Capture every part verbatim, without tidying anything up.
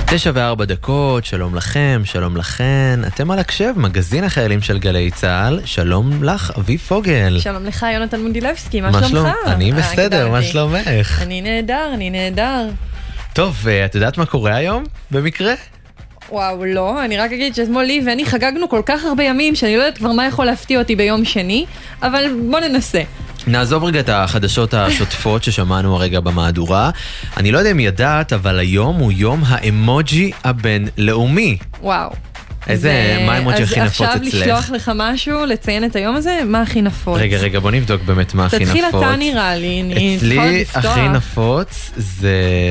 תשע וארבע דקות, שלום לכם, שלום לכן. אתם על הקשב, מגזין החיילים של גלי צהל. שלום לך, אביב פוגל. שלום לך, יונתן מונדילבסקי, מה שלומך? אני בסדר, מה שלומך? אני נהדר, אני נהדר. טוב, את יודעת מה קורה היום, במקרה? וואו, לא, אני רק אגיד שאתמול לי ואני חגגנו כל כך הרבה ימים שאני לא יודעת כבר מה יכול להפתיע אותי ביום שני, אבל בוא ננסה. נעזוב רגע את החדשות השוטפות ששמענו הרגע במהדורה. אני לא יודע אם ידעת, אבל היום הוא יום האמוג'י הבינלאומי. וואו. איזה, מה האמוג'י הכי נפוץ אצלך? אז עכשיו לשלוח לך משהו, לציין את היום הזה, מה הכי נפוץ? רגע, רגע, בוא נבדוק באמת מה הכי נפוץ. תתחיל אתה נראה לי, אצלי הכי נפוץ זה...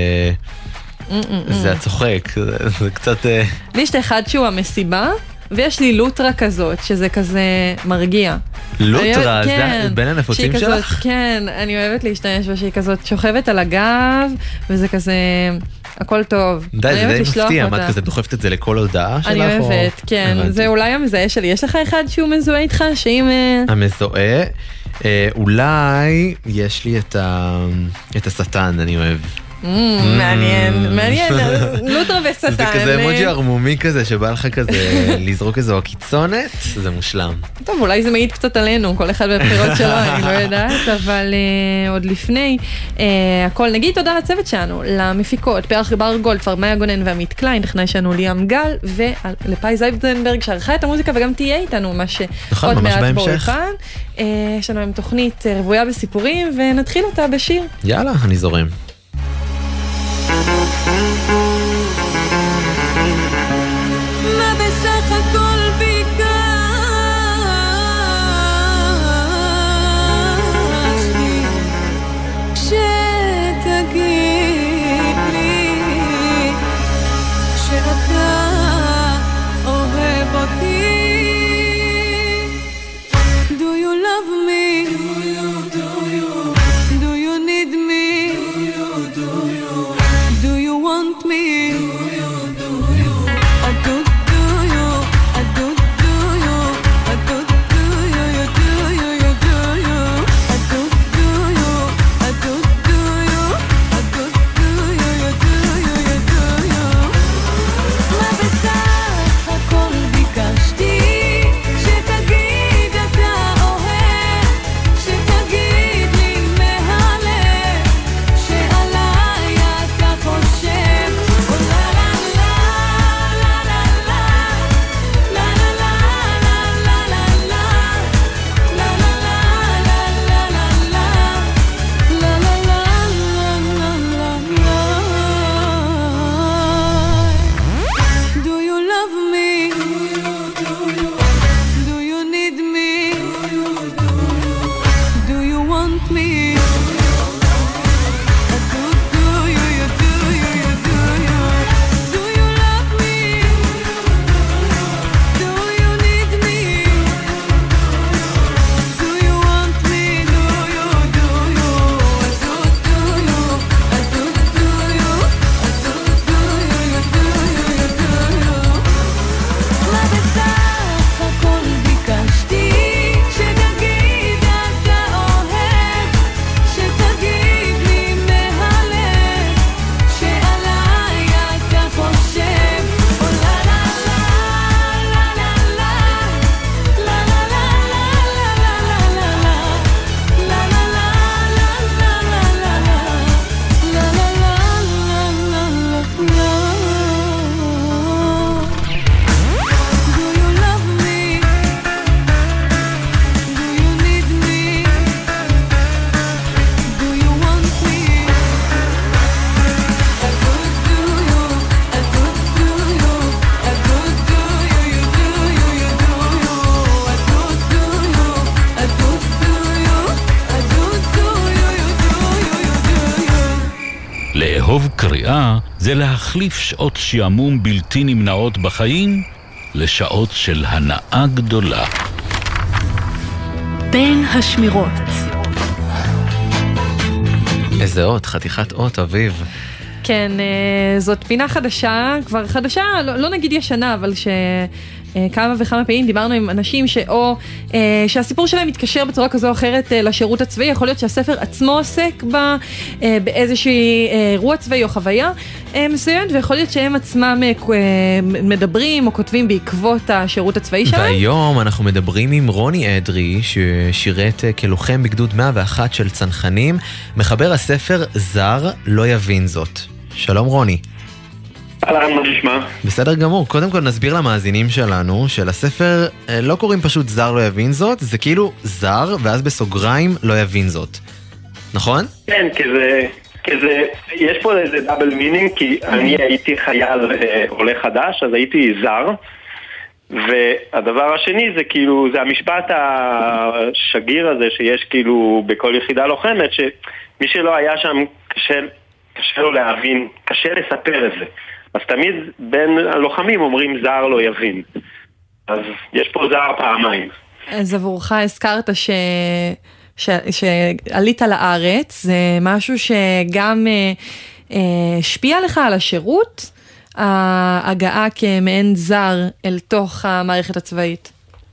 זה הצוחק, זה קצת... לי יש את אחד שהוא המסיבה, ויש לי לוטרה כזאת, שזה כזה מרגיע. לוטרה? זה בין הנפוצים שלך? כן, אני אוהבת להשתמש בה, שהיא כזאת שוכבת על הגב, וזה כזה... הכל טוב. די, זה די מפתיע, מה את כזה דוחפת את זה לכל הודעה שלך? אני אוהבת, כן. זה אולי המזהה שלי. יש לך אחד שהוא מזוהה איתך? שאם... המזוהה? אולי יש לי את השטן, אני אוהב. מעניין, מעניין, לוטרה ושטן. זה כזה אמוג'י ערמומי כזה, שבא לך כזה לזרוק איזו הקיצונת, זה מושלם. טוב, אולי זה מעיד קצת עלינו, כל אחד בבחירות שלו, אני לא יודעת, אבל עוד לפני, הכל נגיד תודה לצוות שלנו, למפיקות, פרח בר גולדפרב, מאיה גונן ועמית קליין, טכנאי שלנו ליאם גל, ולפאי זייבדנברג, שערכה את המוזיקה וגם תהיה איתנו, מה שעוד מעט באולפן. יש לנו עם תוכנית רבויה בסיפורים, ונתחיל אותה בשיר. יאללה, אני זורם. מה בסך הכל ביקשתי שתגיד לי שאתה אוהב אותי. Do you love me? Do you, do you? Do you need me? Do you, do you? Do you want me? Do you, do you? I do, do you? I do, do you? I do, do you? You do you? You do you? I do, do you? I do, do you? I do, do you? You do you? You do you? מה בסך הכל ביקשתי? שתגיד אתה אוהב, שתגיד לי מהלב שעליי אתה חושב. Oh la la la la la la la la la la la la la la Do you love me? Do you need me? Do you want me? I do, do you, you do you, you do you? Do you love me? Do you need me? Do you want me? Do you, do you? I do, do you? I do, do you? I do, do you, you do you, you do you? מה בסך הכל ביקשתי? שתגיד אתה אוהב, שתגיד לי מהלב שעליי אתה חושב. Oh la la la la la la la la la la la la la Do you love me? Do you need me? Do you want me? I do, do you? I do, do you? I do, do you? You do you? You do you? I do, do you? I do, do you? I do, do you? You do you? You do you? לאהוב קריאה זה להחליף שעות שעמום בלתי נמנעות בחיים לשעות של הנאה גדולה. בין השמירות. איזה אות, חתיכת אות, אביב. כן, זאת פינה חדשה, כבר חדשה, לא, לא נגיד ישנה, אבל ש... כמה וכמה פעמים דיברנו עם אנשים שאו שהסיפור שלהם מתקשר בצורה כזו או אחרת לשירות הצבאי, יכול להיות שהספר עצמו עוסק באיזושהי אירוע צבאי או חוויה מסוימת, ויכול להיות שהם עצמם מדברים או כותבים בעקבות השירות הצבאי שלהם. והיום אנחנו מדברים עם רוני אדרי, ששירת כלוחם בגדוד מאה ואחת של צנחנים, מחבר הספר זר לא יבין זאת. שלום רוני. אהלן, מה נשמע? בסדר גמור. קודם כל נסביר למאזינים שלנו שלספר לא קוראים פשוט זר לא יבין זאת, זה כאילו זר ואז בסוגריים לא יבין זאת. נכון? כן, כי זה, כי זה, יש פה איזה דאבל מינינג, כי אני הייתי חייל אה, עולה חדש, אז הייתי זר, והדבר השני זה כאילו, זה המשפט השגיר הזה שיש כאילו בכל יחידה לוחמת, שמי שלא היה שם קשה, קשה לו להבין, קשה לספר את זה. אז תמיד בין הלוחמים אומרים זר לא יבין. אז יש פה זר פעמיים. אז עבורך הזכרת ש... ש... שעלית לארץ, זה משהו שגם השפיע לך על השירות, ההגעה כמעין זר אל תוך המערכת הצבאית.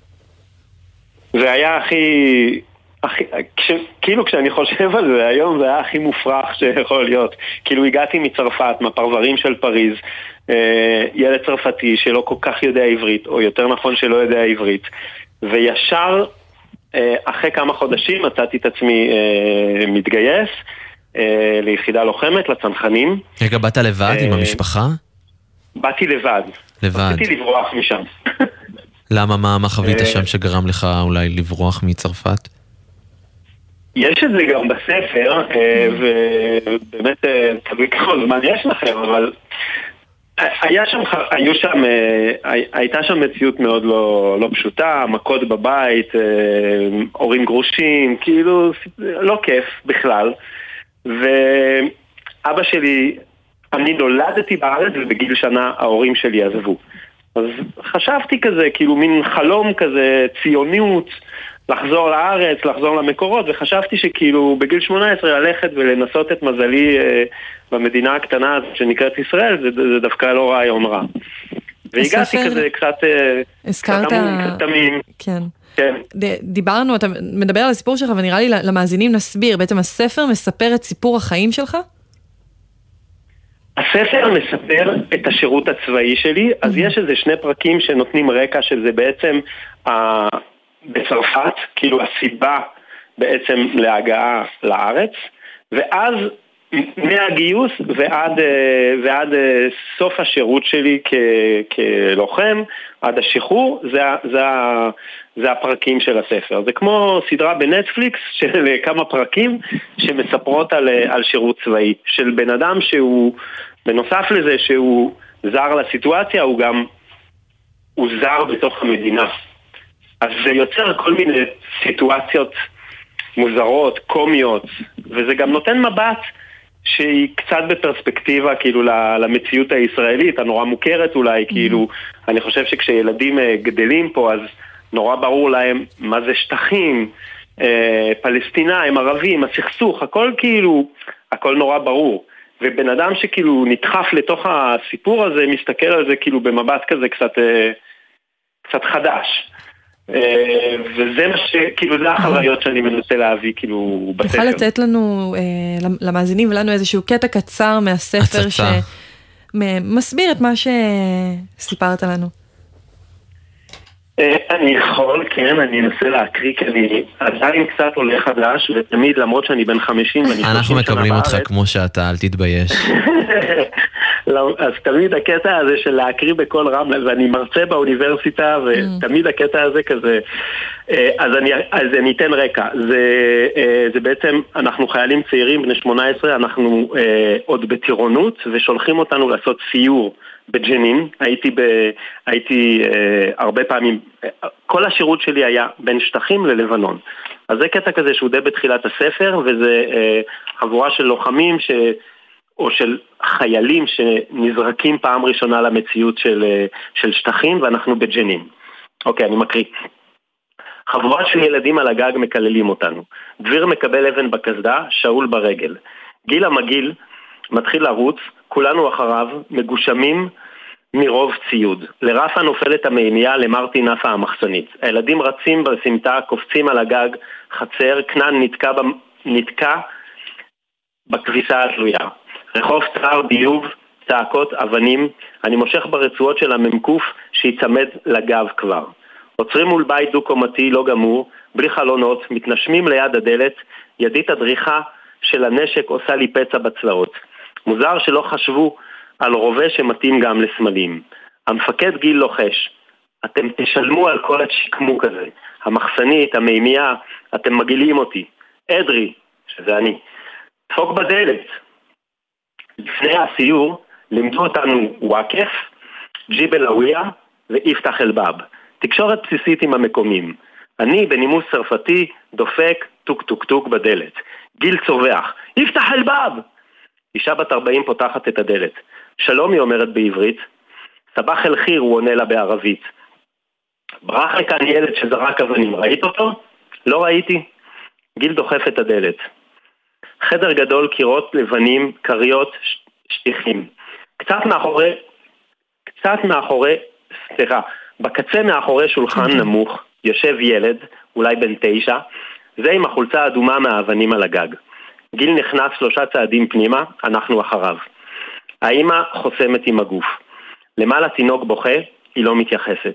זה היה הכי... הכי... כש... כאילו כשאני חושב על זה היום, זה היה הכי מופרך שיכול להיות. כאילו הגעתי מצרפת, מהפרברים של פריז, ילד צרפתי שלא כל כך יודע עברית, או יותר נכון שלא יודע עברית, וישר אחרי כמה חודשים מצאתי את עצמי מתגייס ליחידה לוחמת, לצנחנים. רגע, באת לבד עם המשפחה? באתי לבד. לבד. רציתי לברוח משם. למה? מה, מה חווית שם שגרם לך אולי לברוח מצרפת? יש את זה גם בספר, ובאמת תלוי כמה זמן יש לכם, אבל היה שם, היו שם, הייתה שם מציאות מאוד לא, לא פשוטה, מכות בבית, הורים גרושים, כאילו לא כיף בכלל. ואבא שלי, אני נולדתי בארץ ובגיל שנה ההורים שלי עזבו. אז חשבתי כזה, כאילו מין חלום כזה, ציוניות, לחזור לארץ, לחזור למקורות, וחשבתי שכאילו בגיל שמונה עשרה ללכת ולנסות את מזלי אה, במדינה הקטנה הזאת שנקראת ישראל, זה, זה דווקא לא רעיון רע. והגעתי כזה קצת... הזכרת... קצת תמים. כן. כן. דיברנו, אתה מדבר על הסיפור שלך, ונראה לי למאזינים נסביר, בעצם הספר מספר את סיפור החיים שלך? הספר מספר את השירות הצבאי שלי, אז יש איזה שני פרקים שנותנים רקע שזה בעצם ה... בצרפת, כאילו הסיבה בעצם להגעה לארץ, ואז מהגיוס ועד, ועד סוף השירות שלי כ, כלוחם, עד השחרור, זה, זה, זה הפרקים של הספר. זה כמו סדרה בנטפליקס של כמה פרקים שמספרות על, על שירות צבאי, של בן אדם שהוא, בנוסף לזה שהוא זר לסיטואציה, הוא גם, הוא זר בתוך המדינה. אז זה יוצר כל מיני סיטואציות מוזרות, קומיות, וזה גם נותן מבט שהיא קצת בפרספקטיבה כאילו למציאות הישראלית, הנורא מוכרת אולי, כאילו, אני חושב שכשילדים גדלים פה, אז נורא ברור להם מה זה שטחים, פלסטינאים, ערבים, הסכסוך, הכל כאילו, הכל נורא ברור. ובן אדם שכאילו נדחף לתוך הסיפור הזה, מסתכל על זה כאילו במבט כזה קצת, קצת חדש. וזה מה ש... כאילו זה החוויות שאני מנסה להביא כאילו בספר. תוכל לתת לנו, למאזינים ולנו איזשהו קטע קצר מהספר שמסביר את מה שסיפרת לנו. אני יכול, כן, אני אנסה להקריא, כי אני עדיין קצת עולה חדש, ותמיד למרות שאני בן חמישים, אנחנו מקבלים אותך כמו שאתה, אל תתבייש. אז תמיד הקטע הזה של להקריא בכל רם, ואני מרצה באוניברסיטה, ותמיד הקטע הזה כזה, אז אני, אז אני אתן רקע. זה, זה בעצם, אנחנו חיילים צעירים, בני שמונה עשרה, אנחנו עוד בטירונות, ושולחים אותנו לעשות סיור בג'נין. הייתי, ב, הייתי הרבה פעמים, כל השירות שלי היה בין שטחים ללבנון. אז זה קטע כזה שהוא די בתחילת הספר, וזה חבורה של לוחמים ש... או של חיילים שנזרקים פעם ראשונה למציאות של, של שטחים, ואנחנו בג'נין. אוקיי, אני מקריא. חבורה של ילדים על הגג מקללים אותנו. דביר מקבל אבן בקסדה, שאול ברגל. גיל המגיל מתחיל לרוץ, כולנו אחריו, מגושמים מרוב ציוד. לרפה נופלת המימייה, למרטי נפה המחסנית. הילדים רצים בסמטה, קופצים על הגג, חצר, כנן נתקע, נתקע בכביסה התלויה. רחוב צער, ביוב, צעקות, אבנים. אני מושך ברצועות של הממקוף שיצמד לגב כבר. עוצרים מול בית דו-קומתי לא גמור, בלי חלונות, מתנשמים ליד הדלת, ידית הדריכה של הנשק עושה לי פצע בצלעות. מוזר שלא חשבו על רובה שמתאים גם לסמלים. המפקד גיל לוחש, אתם תשלמו על כל השקמוק הזה. המחסנית, המימייה, אתם מגעילים אותי. אדרי, שזה אני, דפוק בדלת. לפני הסיור לימדו אותנו וואקף, ג'יבל הוויה ויפתח אלבאב. תקשורת בסיסית עם המקומים. אני בנימוס צרפתי דופק טוק טוק טוק בדלת. גיל צובח, יפתח אלבאב! אישה בת ארבעים פותחת את הדלת. שלום, היא אומרת בעברית. סבח אל חיר, הוא עונה לה בערבית. ברח לכאן ילד שזרק אבנים, ראית אותו? לא ראיתי. גיל דוחף את הדלת. חדר גדול, קירות לבנים, קריות, שטיחים. קצת מאחורי, קצת מאחורי, סליחה, בקצה מאחורי שולחן נמוך, יושב ילד, אולי בן תשע, זה עם החולצה האדומה מהאבנים על הגג. גיל נכנס שלושה צעדים פנימה, אנחנו אחריו. האמא חוסמת עם הגוף. למעלה תינוק בוכה, היא לא מתייחסת.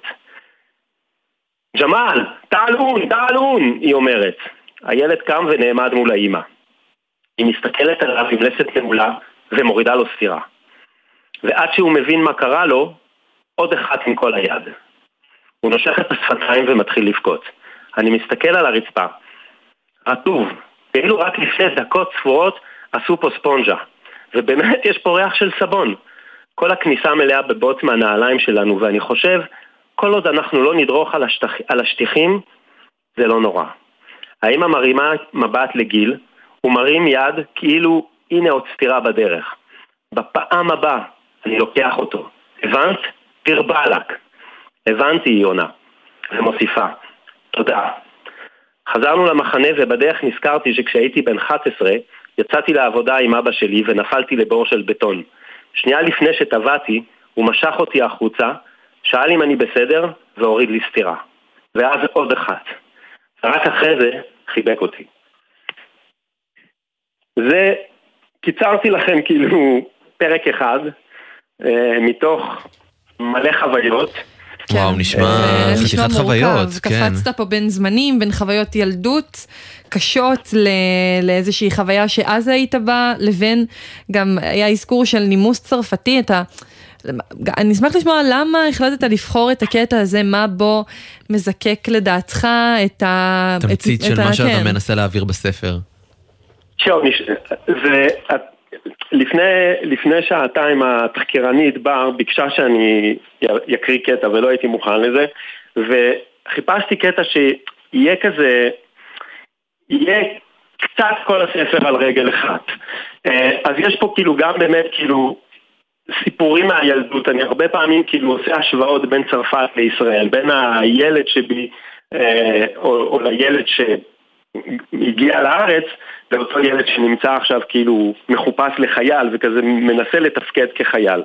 ג'מאל, תעלון, תעלון, היא אומרת. הילד קם ונעמד מול האמא. היא מסתכלת עליו עם לסת מעולה ומורידה לו ספירה. ועד שהוא מבין מה קרה לו, עוד אחד עם כל היד. הוא נושך את השפתיים ומתחיל לבכות. אני מסתכל על הרצפה. רטוב, כאילו רק לפני דקות ספורות עשו פה ספונג'ה. ובאמת יש פה ריח של סבון. כל הכניסה מלאה בבוץ מהנעליים שלנו, ואני חושב, כל עוד אנחנו לא נדרוך על, השטח, על השטיחים, זה לא נורא. האמא מרימה מבט לגיל, הוא מרים יד כאילו הנה עוד סתירה בדרך. בפעם הבאה אני לוקח אותו. הבנת? תרבלק. הבנתי, היא עונה. ומוסיפה. תודה. חזרנו למחנה ובדרך נזכרתי שכשהייתי בן אחת עשרה, יצאתי לעבודה עם אבא שלי ונפלתי לבור של בטון. שנייה לפני שטבעתי, הוא משך אותי החוצה, שאל אם אני בסדר והוריד לי סתירה. ואז עוד אחת. רק אחרי זה חיבק אותי. זה, קיצרתי לכם כאילו פרק אחד, אה, מתוך מלא חוויות. וואו, נשמע חתיכת חוויות. קפצת פה בין זמנים, בין חוויות ילדות קשות לאיזושהי חוויה שאז היית בה, לבין גם היה אזכור של נימוס צרפתי. אתה, אני אשמח לשמוע למה החלטת לבחור את הקטע הזה, מה בו מזקק לדעתך את ה... תמצית של מה שאתה מנסה להעביר בספר. שוב, זה... לפני, לפני שעתיים התחקירנית בר ביקשה שאני יקריא קטע ולא הייתי מוכן לזה, וחיפשתי קטע שיהיה כזה, יהיה קצת כל הספר על רגל אחת. אז יש פה כאילו גם באמת כאילו סיפורים מהילדות, אני הרבה פעמים כאילו עושה השוואות בין צרפת לישראל, בין הילד שבי, או, או לילד שהגיע לארץ, ואותו ילד שנמצא עכשיו כאילו מחופש לחייל וכזה מנסה לתפקד כחייל.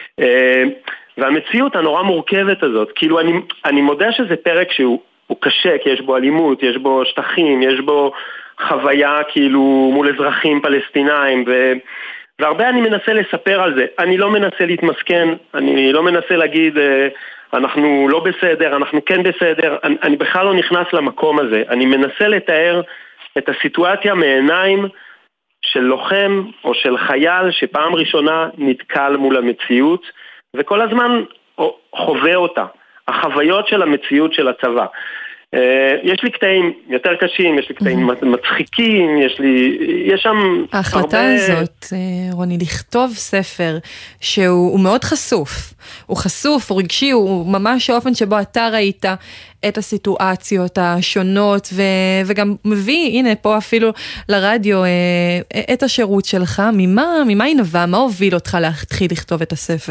והמציאות הנורא מורכבת הזאת, כאילו אני, אני מודה שזה פרק שהוא קשה, כי יש בו אלימות, יש בו שטחים, יש בו חוויה כאילו מול אזרחים פלסטינאים, ו, והרבה אני מנסה לספר על זה. אני לא מנסה להתמסכן, אני לא מנסה להגיד אנחנו לא בסדר, אנחנו כן בסדר, אני, אני בכלל לא נכנס למקום הזה. אני מנסה לתאר את הסיטואציה מעיניים של לוחם או של חייל שפעם ראשונה נתקל מול המציאות וכל הזמן חווה אותה, החוויות של המציאות של הצבא. יש לי קטעים יותר קשים, יש לי קטעים מצחיקים, יש לי, יש שם ההחלטה הרבה... הזאת, רוני, לכתוב ספר שהוא מאוד חשוף, הוא חשוף, הוא רגשי, הוא ממש האופן שבו אתה ראית את הסיטואציות השונות, ו... וגם מביא, הנה פה אפילו לרדיו, את השירות שלך, ממה, ממה היא נבע, מה הוביל אותך להתחיל לכתוב את הספר?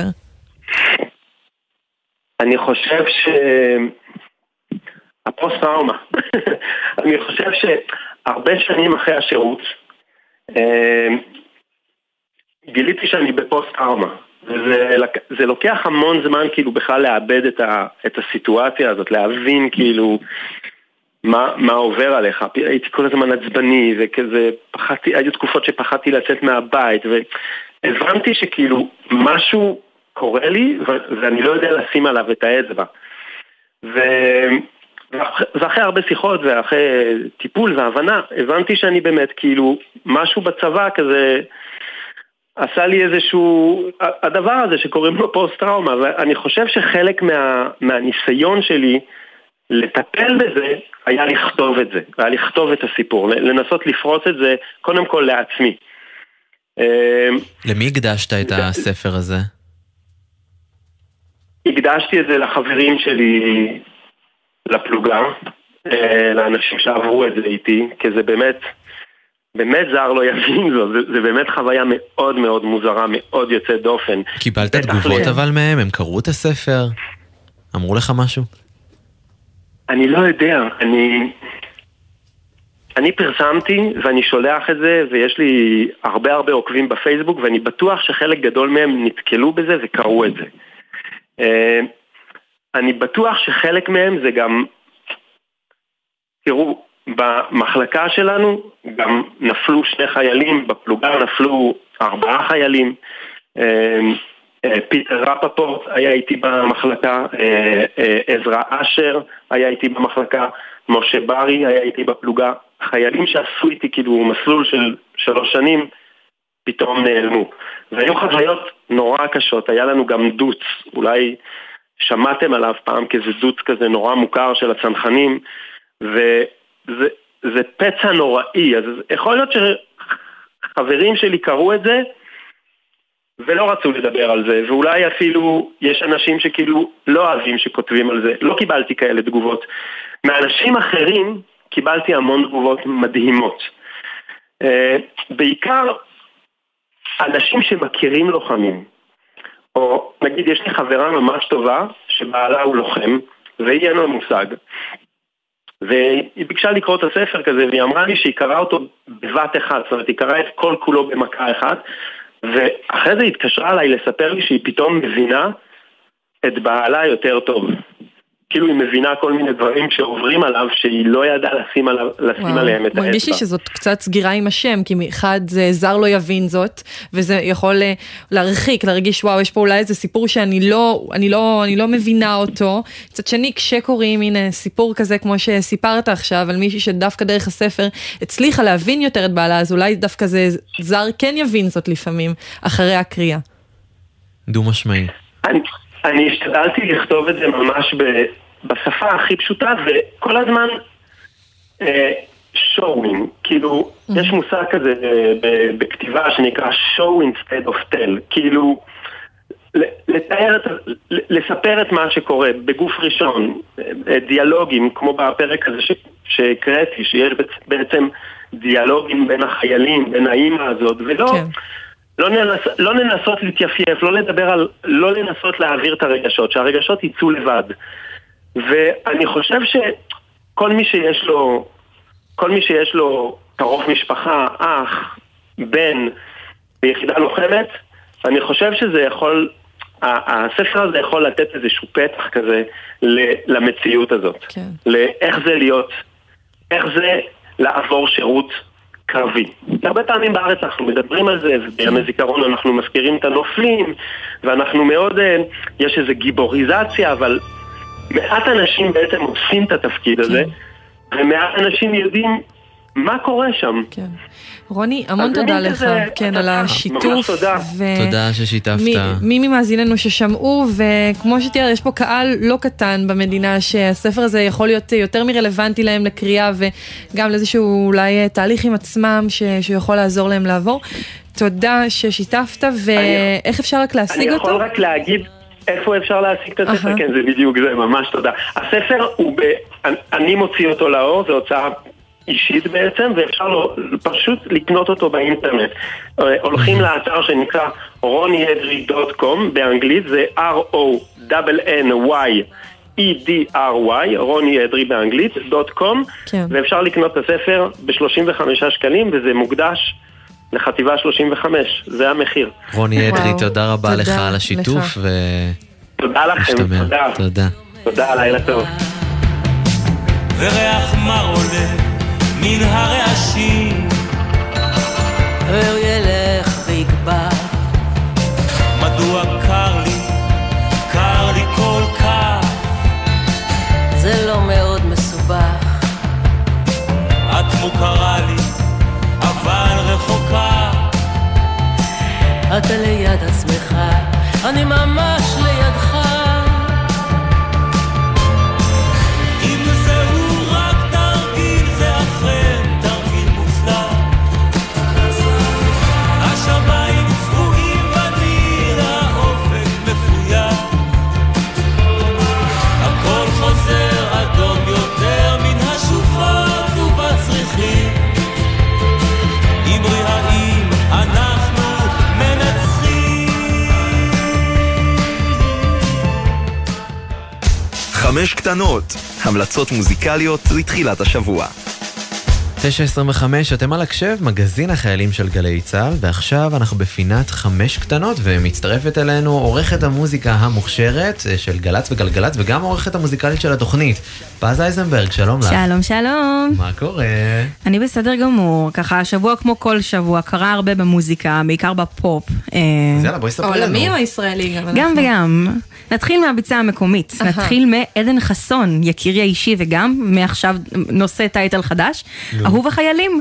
אני חושב ש... הפוסט-טראומה. אני חושב שהרבה שנים אחרי השירות, גיליתי שאני בפוסט-טראומה. וזה זה לוקח המון זמן כאילו בכלל לאבד את, ה, את הסיטואציה הזאת, להבין כאילו מה, מה עובר עליך. הייתי כל הזמן עצבני, וכזה פחדתי, היו תקופות שפחדתי לצאת מהבית, והבנתי שכאילו משהו קורה לי, ואני לא יודע לשים עליו את האצבע. ו... ואחרי הרבה שיחות ואחרי טיפול והבנה, הבנתי שאני באמת כאילו משהו בצבא כזה עשה לי איזשהו, הדבר הזה שקוראים לו פוסט-טראומה, ואני חושב שחלק מה, מהניסיון שלי לטפל בזה היה לכתוב את זה, היה לכתוב את הסיפור, לנסות לפרוץ את זה קודם כל לעצמי. למי הקדשת את הספר הזה? הקדשתי את זה לחברים שלי לפלוגה, לאנשים שעברו את זה איתי, כי זה באמת, באמת זר לא יבין זאת, זה, זה באמת חוויה מאוד מאוד מוזרה, מאוד יוצאת דופן. קיבלת תגובות אבל מהם? הם קראו את הספר? אמרו לך משהו? אני לא יודע, אני... אני פרסמתי ואני שולח את זה, ויש לי הרבה הרבה עוקבים בפייסבוק, ואני בטוח שחלק גדול מהם נתקלו בזה וקראו את זה. אני בטוח שחלק מהם זה גם, תראו, במחלקה שלנו גם נפלו שני חיילים, בפלוגה נפלו ארבעה חיילים, פיטר רפפורט היה איתי במחלקה, עזרא אשר היה איתי במחלקה, משה ברי היה איתי בפלוגה, חיילים שעשו איתי כאילו מסלול של שלוש שנים, פתאום נעלמו. והיו חוויות נורא קשות, היה לנו גם דוץ, אולי שמעתם עליו פעם כזה דוץ כזה נורא מוכר של הצנחנים, וזה זה פצע נוראי, אז יכול להיות שחברים שלי קראו את זה, ולא רצו לדבר על זה, ואולי אפילו יש אנשים שכאילו לא אוהבים שכותבים על זה, לא קיבלתי כאלה תגובות. מאנשים אחרים קיבלתי המון תגובות מדהימות. בעיקר אנשים שמכירים לוחמים, או נגיד יש לי חברה ממש טובה שבעלה הוא לוחם, והיא אין לו מושג. והיא ביקשה לקרוא את הספר כזה, והיא אמרה לי שהיא קראה אותו בבת אחת, זאת אומרת היא קראה את כל כולו במכה אחת, ואחרי זה התקשרה עליי לספר לי שהיא פתאום מבינה את בעלה יותר טוב. כאילו היא מבינה כל מיני דברים שעוברים עליו, שהיא לא ידעה לשים, עליו, לשים עליהם את האצבע. מרגיש לי שזאת קצת סגירה עם השם, כי מאחד זה זר לא יבין זאת, וזה יכול להרחיק, להרגיש וואו, יש פה אולי איזה סיפור שאני לא, אני לא, אני לא מבינה אותו. קצת שני, כשקוראים, הנה סיפור כזה כמו שסיפרת עכשיו, על מישהי שדווקא דרך הספר הצליחה להבין יותר את בעלה, אז אולי דווקא זה זר כן יבין זאת לפעמים, אחרי הקריאה. דו משמעי. אני... אני השתדלתי לכתוב את זה ממש בשפה הכי פשוטה, וכל הזמן showing, כאילו יש מושג כזה בכתיבה שנקרא show instead of tell, כאילו לתאר, לספר את מה שקורה בגוף ראשון, דיאלוגים, כמו בפרק הזה שהקראתי, שיש בעצם דיאלוגים בין החיילים, בין האמא הזאת, ולא... לא, ננס, לא לנסות להתייפייף, לא לדבר על, לא לנסות להעביר את הרגשות, שהרגשות ייצאו לבד. ואני חושב שכל מי שיש לו, כל מי שיש לו קרוב משפחה, אח, בן, ביחידה לוחמת, אני חושב שזה יכול, הספר הזה יכול לתת איזשהו פתח כזה למציאות הזאת. כן. לאיך זה להיות, איך זה לעבור שירות קרבי. הרבה פעמים בארץ אנחנו מדברים על זה, ובימי זיכרון אנחנו מזכירים את הנופלים, ואנחנו מאוד, יש איזו גיבוריזציה, אבל מעט אנשים בעצם עושים את התפקיד הזה, ומעט אנשים יודעים מה קורה שם. כן. רוני, המון תודה לך, כן, על השיתוף. תודה ששיתפת. מי ממאזיננו ששמעו, וכמו שתראה, יש פה קהל לא קטן במדינה, שהספר הזה יכול להיות יותר מרלוונטי להם לקריאה, וגם לאיזשהו אולי תהליך עם עצמם, שיכול לעזור להם לעבור. תודה ששיתפת, ואיך אפשר רק להשיג אותו? אני יכול רק להגיד איפה אפשר להשיג את הספר, כן, זה בדיוק זה, ממש תודה. הספר הוא, אני מוציא אותו לאור, זה הוצאה אישית בעצם, ואפשר לו פשוט לקנות אותו באינטרנט. הולכים לאתר שנקרא רוני אדרי דוט קום, באנגלית זה R O N N Y E D R Y, רוני אדרי באנגלית, דוט קום, כן. ואפשר לקנות את הספר ב-שלושים וחמישה שקלים, וזה מוקדש לחטיבה שלושים וחמש, זה המחיר. רוני אדרי, תודה רבה לך על השיתוף. תודה לכם, תודה. תודה. תודה, לילה טוב. וריח מר עולה מן הרעשים, והוא ילך ויגבר. מדוע קר לי, קר לי כל כך? זה לא מאוד מסובך. את מוכרה לי, אבל רחוקה. אתה ליד עצמך, אני ממש לידך. אם זהו רק תרגיל, זה אכן תרגיל מופלא. השמיים צבועים וניר האופק מפויה. הכל חוזר אדום יותר מן השוחות ובצריכים. אמרי האם אנחנו מנצחים. חמש קטנות, המלצות מוזיקליות לתחילת השבוע. תשע עשרים וחמש, אתם על הקשב, מגזין החיילים של גלי צה"ל, ועכשיו אנחנו בפינת חמש קטנות, ומצטרפת אלינו עורכת המוזיקה המוכשרת של גלץ וגלגלץ, וגם עורכת המוזיקלית של התוכנית, פז אייזנברג, שלום לך. שלום, שלום. מה קורה? אני בסדר גמור, ככה שבוע כמו כל שבוע, קרה הרבה במוזיקה, בעיקר בפופ. אז יאללה, בואי ספר לנו. עולמי או ישראלי? גם וגם. נתחיל מהביצה המקומית, נתחיל מעדן חסון, יקירי האישי, וגם מעכשיו נושא טייטל חדש, אהוב החיילים.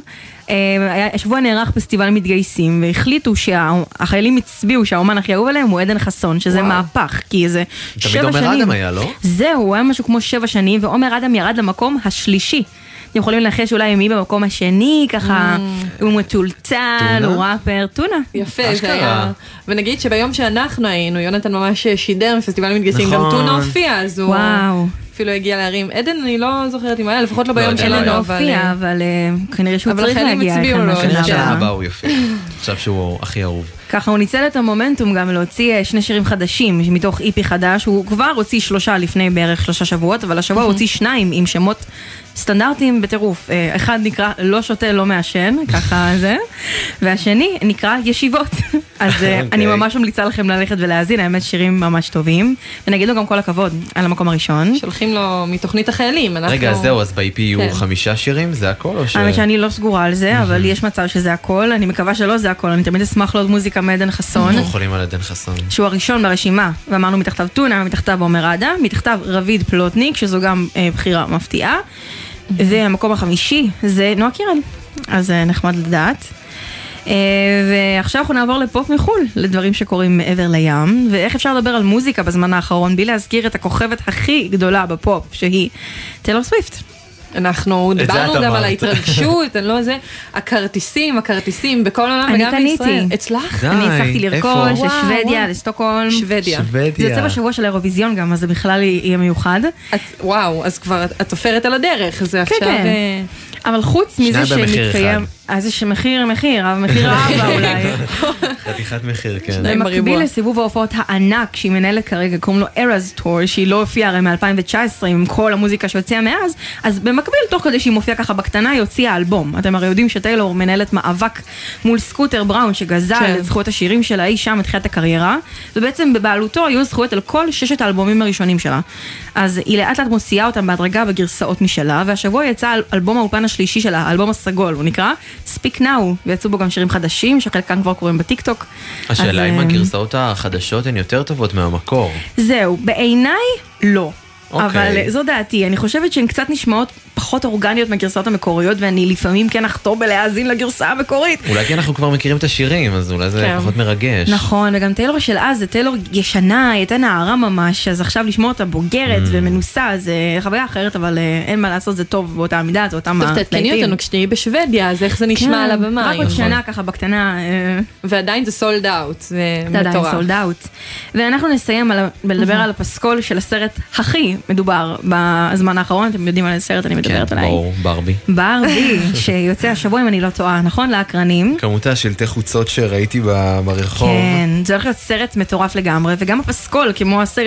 השבוע נערך פסטיבל מתגייסים, והחליטו שהחיילים הצביעו שהאומן הכי אהוב עליהם הוא עדן חסון, שזה מהפך, כי זה שבע שנים. תמיד עומר אדם היה, לא? זהו, הוא היה משהו כמו שבע שנים, ועומר אדם ירד למקום השלישי. אתם יכולים לנחש אולי מי במקום השני, ככה הוא מטולטל, הוא ראפר, טונה. יפה, זה היה. ונגיד שביום שאנחנו היינו, יונתן ממש שידר מפסטיבל מתגייסים, גם טונה הופיע, אז הוא אפילו הגיע להרים. עדן, אני לא זוכרת אם היה, לפחות לא ביום שלנו. לא הופיע, אבל כנראה שהוא צריך להגיע. כנראה שנה הבאה הוא יופיע. עכשיו שהוא הכי אהוב. ככה הוא ניצל את המומנטום גם להוציא שני שירים חדשים מתוך איפי חדש, הוא כבר הוציא שלושה לפני בערך שלושה שבועות, אבל השבוע הוא הוציא שניים עם שמות סטנדרטיים בטירוף. אחד נקרא לא שותה לא מעשן, ככה זה, והשני נקרא ישיבות. אז אני ממש ממליצה לכם ללכת ולהזין, האמת שירים ממש טובים, ונגיד לו גם כל הכבוד על המקום הראשון. שולחים לו מתוכנית החיילים. רגע, זהו, אז ב-איי פי יהיו חמישה שירים, זה הכל? האמת שאני לא סגורה על זה, אבל יש מצב שזה הכל, אני מקווה שלא זה הכל, אני תמיד אשמח לעוד מוזיקה מעדן חסון. אנחנו יכולים על עדן חסון. שהוא הראשון ברשימה, ואמרנו מתחתיו טונה, מתחתיו עומר אדם, מתחתיו רביד פלוטניק, שזו גם אה, בחירה מפתיעה. והמקום החמישי זה נועה קירל, אז אה, נחמד לדעת. אה, ועכשיו אנחנו נעבור לפופ מחול, לדברים שקורים מעבר לים, ואיך אפשר לדבר על מוזיקה בזמן האחרון, בלי להזכיר את הכוכבת הכי גדולה בפופ, שהיא טיילור סוויפט. אנחנו דיברנו גם על ההתרגשות, אני לא זה, הכרטיסים, הכרטיסים בכל העולם וגם בישראל. אצלך? אני הצלחתי לרכוש לשוודיה, לסטוקהולם. שוודיה. זה יוצא בשבוע של האירוויזיון גם, אז זה בכלל יהיה מיוחד. וואו, אז כבר את עופרת על הדרך, זה עכשיו... אבל חוץ מזה שמתקיים... אז יש מחיר, מחיר, אבל מחיר ארבע אולי. חתיכת מחיר, כן. במקביל לסיבוב ההופעות הענק שהיא מנהלת כרגע, קוראים לו Eras Tour, שהיא לא הופיעה הרי מ-אלפיים תשע עשרה עם כל המוזיקה שהוציאה מאז, אז במקביל, תוך כדי שהיא מופיעה ככה בקטנה, היא הוציאה אלבום. אתם הרי יודעים שטיילור מנהלת מאבק מול סקוטר בראון, שגזל את זכויות השירים שלה, היא שם התחילת הקריירה, ובעצם בבעלותו היו זכויות על כל ששת האלבומים הראשונים שלה. אז היא לאט לאט מוציאה אותם בהדרגה בגרסאות משלה, והשבוע יצא אלבום האולפן השלישי שלה, האלבום הסגול, הוא נקרא Speak Now, ויצאו בו גם שירים חדשים, שחלקם כבר קוראים בטיקטוק. השאלה אם הגרסאות החדשות הן יותר טובות מהמקור. זהו, בעיניי לא. אבל זו דעתי, אני חושבת שהן קצת נשמעות פחות אורגניות מהגרסאות המקוריות, ואני לפעמים כן אחתור בלהאזין לגרסה המקורית. אולי כי אנחנו כבר מכירים את השירים, אז אולי זה פחות מרגש. נכון, וגם טיילור של אז, זה טיילור ישנה, היא הייתה נערה ממש, אז עכשיו לשמוע אותה בוגרת ומנוסה, זה חוויה אחרת, אבל אין מה לעשות, זה טוב באותה עמידה, זה אותם להיטים. תתקני אותנו כשתהיי בשוודיה, אז איך זה נשמע על הבמה? רק עוד שנה ככה בקטנה. ועדיין זה סולד אאוט, זה מטורף. עדיין סולד אאוט. ואנחנו נסיים לדבר על הפסקול של הסרט הכי מדובר בזמן האחרון, אתם יודעים על איזה סרט אני מדברת עליי. ברור, ברבי. ברבי, שיוצא השבוע אם אני לא טועה, נכון? לאקרנים. כמות השלטי חוצות שראיתי ברחוב. כן, זה הולך להיות סרט מטורף לגמרי, וגם הפסקול, כמו הסרט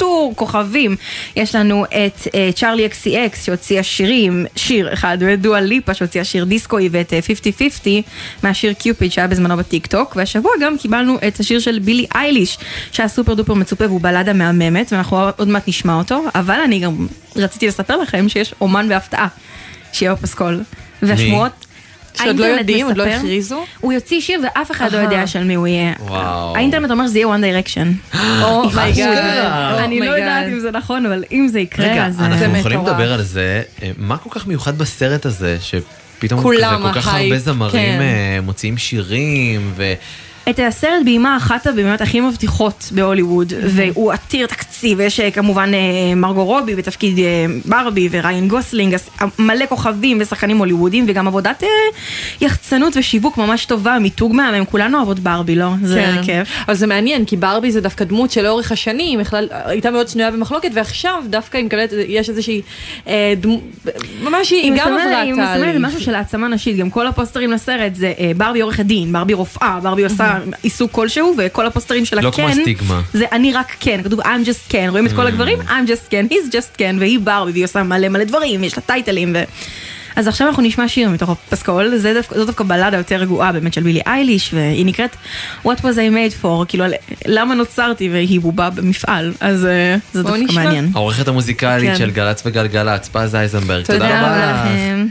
טור כוכבים. יש לנו את צ'ארלי אקס סי אקס שהוציאה שירים, שיר אחד, ודואה ליפה שהוציאה שיר דיסקוי, ואת חמישים חמישים מהשיר קיופיד שהיה בזמנו בטיק טוק, והשבוע גם קיבלנו את השיר של בילי אייליש שהיה סופר דופר מצופה והוא בלדה מהממת, ואנחנו עוד מעט נשמע אותו, אבל אני גם רציתי לספר לכם שיש אומן בהפתעה שיהיה בפסקול, והשמועות שעוד לא יודעים, עוד לא הכריזו. הוא יוציא שיר ואף אחד לא יודע של מי הוא יהיה. האינטרנט אומר שזה יהיה One Direction. אני לא יודעת אם זה נכון, אבל אם זה יקרה, רגע, אז זה מטורף. אנחנו יכולים לדבר על זה. מה כל כך מיוחד בסרט הזה, שפתאום כל כך הרבה זמרים מוציאים שירים ו... את הסרט בימה אחת הבימות הכי מבטיחות בהוליווד, והוא עתיר תקציב, ויש כמובן מרגו רובי בתפקיד ברבי וריין גוסלינג, מלא כוכבים ושחקנים הוליוודיים, וגם עבודת יחצנות ושיווק ממש טובה, מיתוג מהמם, כולנו אוהבות ברבי, לא? זה כיף. אבל זה מעניין, כי ברבי זה דווקא דמות שלאורך השנים, הייתה מאוד שנויה במחלוקת, ועכשיו דווקא אם קבלת, יש איזושהי ממש היא גם עברה תהליך. היא מסמלת משהו של העצמה נשית, גם כל הפוסטרים לסרט זה ברבי עורכת דין, ברבי רופאה, ברבי עושה עיסוק כלשהו, וכל הפוסטרים שלה לא כן, כמו סטיגמה. זה אני רק כן, כתוב I'm just כן, רואים את כל הגברים, I'm just כן, he's just כן, והיא ברבי, והיא עושה מלא מלא דברים, יש לה טייטלים, ו... אז עכשיו אנחנו נשמע שיר מתוך הפסקול, זה דווקא, זו דווקא בלדה יותר רגועה באמת של בילי אייליש, והיא נקראת What was I made for, כאילו למה נוצרתי והיא בובה במפעל, אז זה דווקא נשמע. מעניין. העורכת המוזיקלית כן. של גלץ וגלגלץ, פז אייזנברג, תודה, תודה רבה לכם.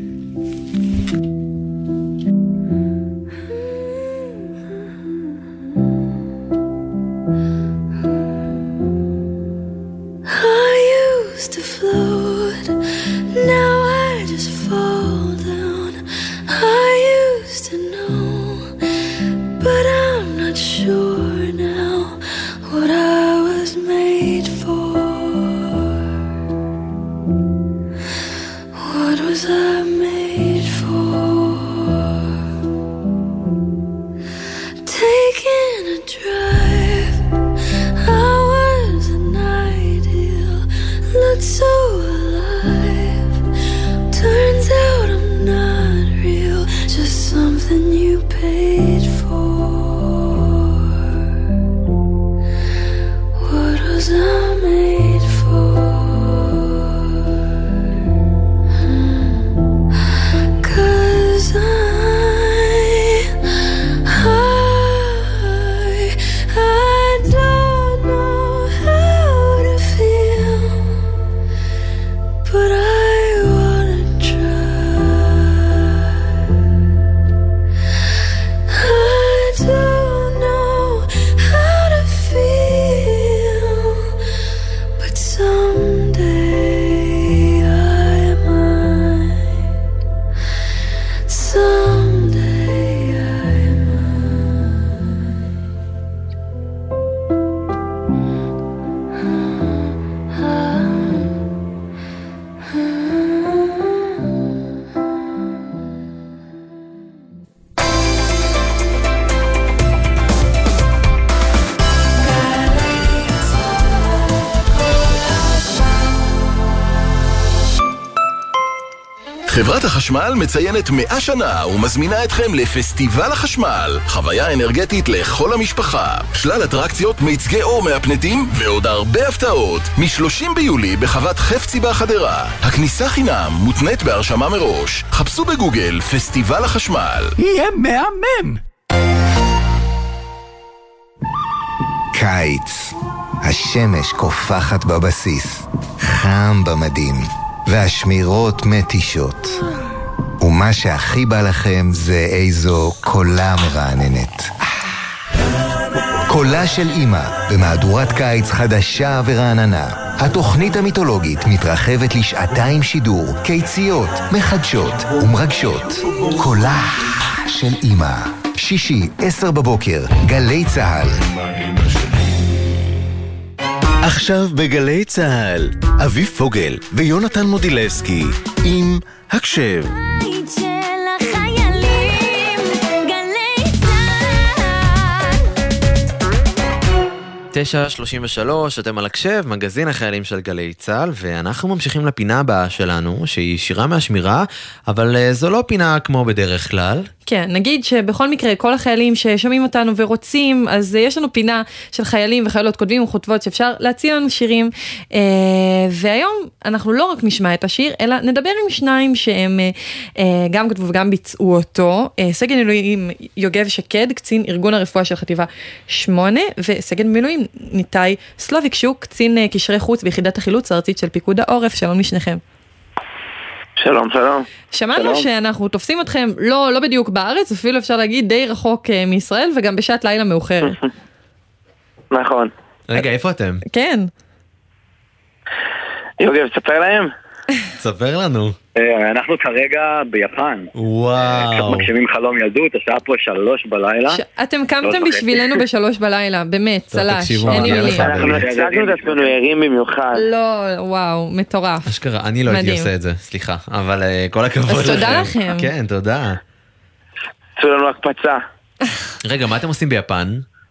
To float, now I just fall down. I used to know, but I'm not sure now what I was made for. What was I made for? Taking a drive, I was an ideal. Looked so alive. Turns out I'm not real, just something you paid for. What was I made for? 'Cause I, I, I don't know how to feel, but I wanna try. I don't know how to feel, but someday I might. Someday I חברת החשמל מציינת מאה שנה ומזמינה אתכם לפסטיבל החשמל, חוויה אנרגטית לכל המשפחה, שלל אטרקציות, מיצגי אור מהפנטים ועוד הרבה הפתעות. מ-שלושים ביולי בחוות חפצי בחדרה. הכניסה חינם, מותנית בהרשמה מראש. חפשו בגוגל פסטיבל החשמל. יהיה מהמם! קיץ, השמש קופחת בבסיס, חם במדים, והשמירות מתישות. ומה שהכי בא לכם זה איזו קולה מרעננת. קולה של אמא, במהדורת קיץ חדשה ורעננה. התוכנית המיתולוגית מתרחבת לשעתיים שידור, קיציות, מחדשות ומרגשות. קולה של אמא. שישי, עשר בבוקר, גלי צהל. עכשיו בגלי צהל, אביב פוגל ויונתן מודילסקי עם הקשב. תשע שלושים ושלוש, אתם על הקשב, מגזין החיילים של גלי צהל, ואנחנו ממשיכים לפינה הבאה שלנו, שהיא שירה מהשמירה, אבל זו לא פינה כמו בדרך כלל. כן, נגיד שבכל מקרה, כל החיילים ששומעים אותנו ורוצים, אז יש לנו פינה של חיילים וחיילות כותבים וכותבות שאפשר להציע לנו שירים, והיום אנחנו לא רק נשמע את השיר, אלא נדבר עם שניים שהם גם כתבו וגם ביצעו אותו, סגן מילואים יוגב שקד, קצין ארגון הרפואה של חטיבה שמונה, וסגן מילואים ניתאי סלוביק, שהוא קצין קשרי חוץ ביחידת החילוץ הארצית של פיקוד העורף. שלום לשניכם. שלום, שלום. שמענו שלום. שאנחנו תופסים אתכם לא, לא בדיוק בארץ, אפילו אפשר להגיד די רחוק uh, מישראל, וגם בשעת לילה מאוחרת. נכון. רגע, איפה אתם? כן. יוגב, תספר להם? תספר לנו. אנחנו כרגע ביפן. וואו. קצת מגשימים חלום ילדות, השעה פה שלוש בלילה. אתם קמתם בשבילנו בשלוש בלילה, באמת, צלש, אין לי מילים. אנחנו הצגנו את עצמנו ערים במיוחד. לא, וואו, מטורף. אשכרה, אני לא הייתי עושה את זה, סליחה, אבל כל הכבוד לכם. אז תודה לכם. כן, תודה. עשו לנו הקפצה. רגע, מה אתם עושים ביפן?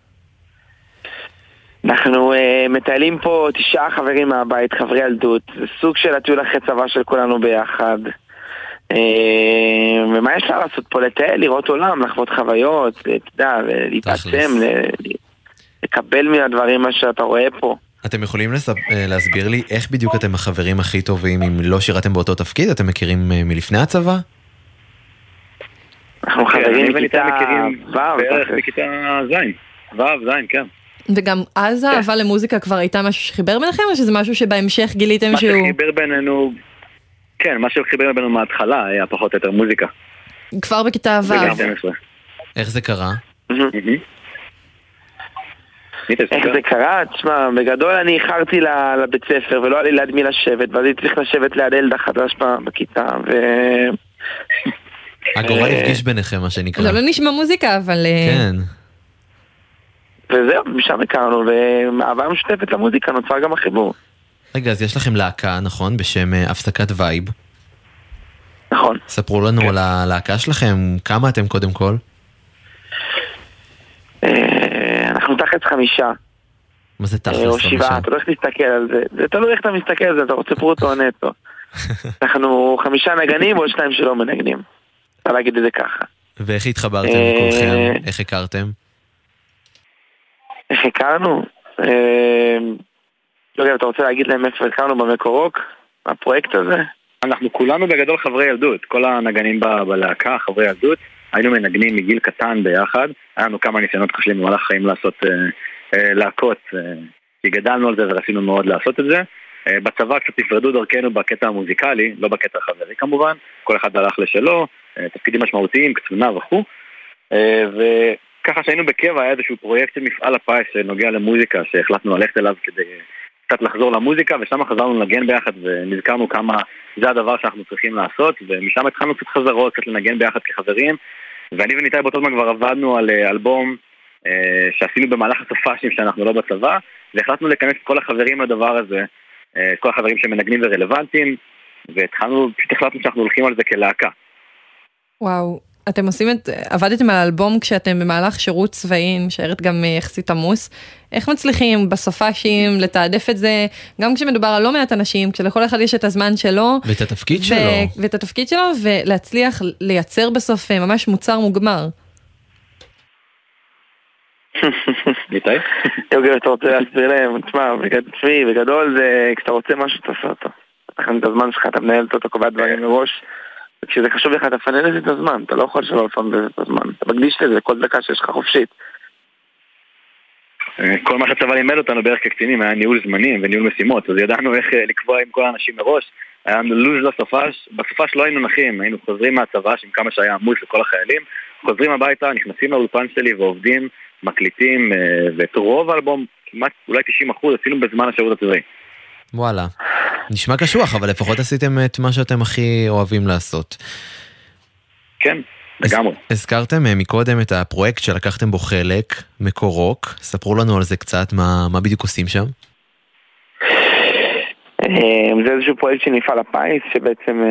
אנחנו uh, מטיילים פה תשעה חברים מהבית, חברי ילדות. זה סוג של הטיול אחרי צבא של כולנו ביחד. Uh, ומה יש לה לעשות פה? לטייל, לראות עולם, לחוות חוויות, אתה יודע, להתעצם, לקבל מהדברים מה שאתה רואה פה. אתם יכולים לסב... להסביר לי איך בדיוק אתם החברים הכי טובים אם לא שירתם באותו תפקיד? אתם מכירים מלפני הצבא? אנחנו חברים בכיתה ו' בערך בכיתה זין. ו' זין, כן. וגם אז האהבה למוזיקה כבר הייתה משהו שחיבר ביניכם, או שזה משהו שבהמשך גיליתם שהוא... מה שחיבר בינינו, כן, מה שחיבר בינינו מההתחלה היה פחות או יותר מוזיקה. כבר בכיתה ו'. איך זה קרה? איך זה קרה? תשמע, בגדול אני איחרתי לבית ספר ולא היה לי ליד מי לשבת, ואז הייתי צריך לשבת ליד ילדה חדש בכיתה, ו... הגורל הפגיש ביניכם, מה שנקרא. זה לא נשמע מוזיקה, אבל... כן. וזהו, משם הכרנו, והאהבה משותפת למוזיקה, נוצר גם החיבור. רגע, אז יש לכם להקה, נכון? בשם הפסקת וייב. נכון. ספרו לנו על הלהקה שלכם, כמה אתם קודם כל? אנחנו תחת חמישה. מה זה תחת חמישה? או שבעה, אתה לא איך להסתכל על זה. זה תלוי איך אתה מסתכל על זה, אתה רוצה פרוטו או נטו. אנחנו חמישה נגנים או שניים שלא מנגנים. אפשר להגיד את זה ככה. ואיך התחברתם כולכם? איך הכרתם? איך הכרנו? לא יודע, אתה רוצה להגיד להם איפה הכרנו במקורוק? הפרויקט הזה? אנחנו כולנו בגדול חברי ילדות, כל הנגנים בלהקה, חברי ילדות, היינו מנגנים מגיל קטן ביחד, היה לנו כמה ניסיונות חשלים במהלך חיים לעשות להקות, כי גדלנו על זה ורצינו מאוד לעשות את זה. בצבא קצת נפרדו דרכנו בקטע המוזיקלי, לא בקטע החברי כמובן, כל אחד הלך לשלו, תפקידים משמעותיים, קצונה וכו', וככה שהיינו בקבע היה איזשהו פרויקט של מפעל הפיס שנוגע למוזיקה, שהחלטנו ללכת אליו כדי קצת לחזור למוזיקה, ושם חזרנו לנגן ביחד ונזכרנו כמה זה הדבר שאנחנו צריכים לעשות, ומשם התחלנו קצת חזרות, קצת לנגן ביחד כחברים, ואני וניתאי באותו זמן כבר עבדנו על אלבום שעשינו במהלך הסופ"שים שאנחנו לא בצבא, והחלטנו לכנס את כל החברים לדבר הזה, את כל החברים שמנגנים ורלוונטיים, והתחלנו, פשוט החלטנו שאנחנו הולכים על זה כלהקה. וואו, אתם עושים את, עבדתם על האלבום כשאתם במהלך שירות צבאי, משארת גם יחסית עמוס, איך מצליחים בסופ"שים לתעדף את זה, גם כשמדובר על לא מעט אנשים, כשלכל אחד יש את הזמן שלו, ואת התפקיד ו- שלו, ואת התפקיד שלו, ולהצליח לייצר בסוף ממש מוצר מוגמר. ניתאי? יוגב, אתה רוצה להסביר להם, תשמע, בגדול זה, כשאתה רוצה משהו תעשה אותו. אתה חייב את הזמן שלך, אתה מנהל אותו, אתה קובע דברים מראש, וכשזה חשוב לך, אתה פנן לזה את הזמן, אתה לא יכול שלא לפעמים לזה את הזמן, אתה מקדיש לזה כל דקה שיש לך חופשית. כל מה שהצבא לימד אותנו בערך כקצינים היה ניהול זמנים וניהול משימות, אז ידענו איך לקבוע עם כל האנשים מראש, היה לנו לוז לסופש, בסופש לא היינו נחים, היינו חוזרים מהצבא עם כמה שהיה עמוס לכל החיילים, חוזרים הביתה, נכנסים לאולפן שלי ועובדים, מקליטים, ואת רוב האלבום, כמעט אולי תשעים אחוז עשינו בזמן השירות הצבאי. וואלה, נשמע קשוח, אבל לפחות עשיתם את מה שאתם הכי אוהבים לעשות. כן, לגמרי. הזכרתם מקודם את הפרויקט שלקחתם בו חלק, מקורוק, ספרו לנו על זה קצת, מה, מה בדיוק עושים שם? זה איזשהו פרויקט של מפעל הפיס, שבעצם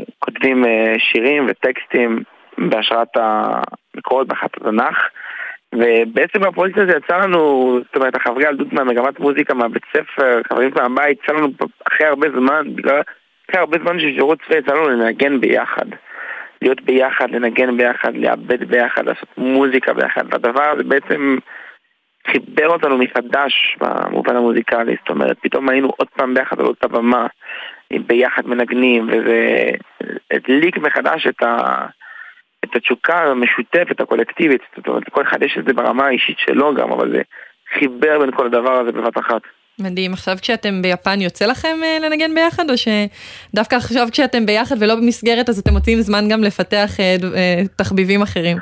כותבים שירים וטקסטים בהשראת המקורות באחת התנ"ך, ובעצם הפרויקט הזה יצא לנו, זאת אומרת, החברי ילדות מהמגמת מוזיקה, מהבית ספר, חברים מהבית, יצא לנו אחרי הרבה זמן, בגלל אחרי הרבה זמן של שירות צבאי, יצא לנו לנגן ביחד. להיות ביחד, לנגן ביחד, לאבד ביחד, לעשות מוזיקה ביחד. והדבר הזה בעצם חיבר אותנו מחדש במובן המוזיקלי, זאת אומרת, פתאום היינו עוד פעם ביחד על אותה במה, ביחד מנגנים, וזה הדליק מחדש את ה... את התשוקה המשותפת, הקולקטיבית, זאת אומרת, כל אחד יש את זה ברמה האישית שלו גם, אבל זה חיבר בין כל הדבר הזה בבת אחת. מדהים, עכשיו כשאתם ביפן יוצא לכם לנגן ביחד, או שדווקא עכשיו כשאתם ביחד ולא במסגרת, אז אתם מוצאים זמן גם לפתח תחביבים אחרים?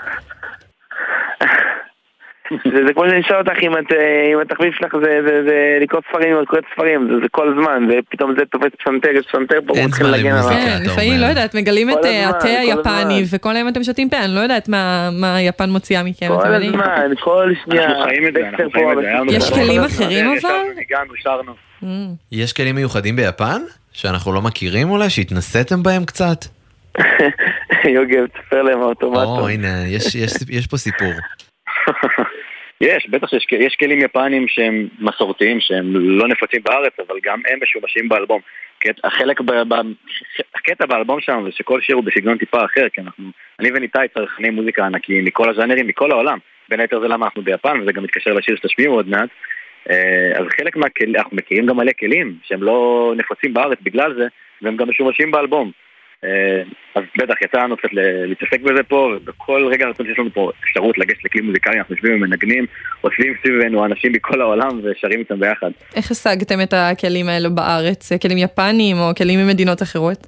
זה, זה כמו שאני אשאל אותך אם, את, אם התחביב שלך זה, זה, זה לקרוא ספרים או לקרוא ספרים, זה, זה כל זמן, ופתאום זה תופס פסנתר, יש פסנתר פה, אין זמן למוזיקה, כן, לפעמים, לא יודעת, מגלים את התה היפני, וכל היום אתם שותים פה, אני לא יודעת מה, מה היפן מוציאה מכם. כל הזמן, כל שנייה. אנחנו חיים את זה, אנחנו חיים את זה. יש כלים אחרים אבל? הגענו, שרנו. יש כלים מיוחדים ביפן? שאנחנו לא מכירים אולי? שהתנסיתם בהם קצת? יוגב, תספר להם האוטומטום. או, הנה, יש, יש, יש פה סיפור. יש, בטח שיש יש כלים יפנים שהם מסורתיים, שהם לא נפוצים בארץ, אבל גם הם משומשים באלבום. החלק, ב, ב, הקטע באלבום שלנו זה שכל שיר הוא בסגנון טיפה אחר, כי אנחנו, אני וניתאי צרכני מוזיקה ענקיים מכל הז'אנרים, מכל העולם. בין היתר זה למה אנחנו ביפן, וזה גם מתקשר לשיר שתשמיעו עוד מעט. אז חלק מהכלים, אנחנו מכירים גם מלא כלים שהם לא נפוצים בארץ בגלל זה, והם גם משומשים באלבום. אז בטח יצא לנו קצת להתעסק בזה פה, ובכל רגע נתון שיש לנו פה אפשרות לגשת לכלי מוזיקלי, אנחנו יושבים ומנגנים, עושים סביבנו אנשים מכל העולם ושרים איתם ביחד. איך השגתם את הכלים האלו בארץ? כלים יפניים או כלים ממדינות אחרות?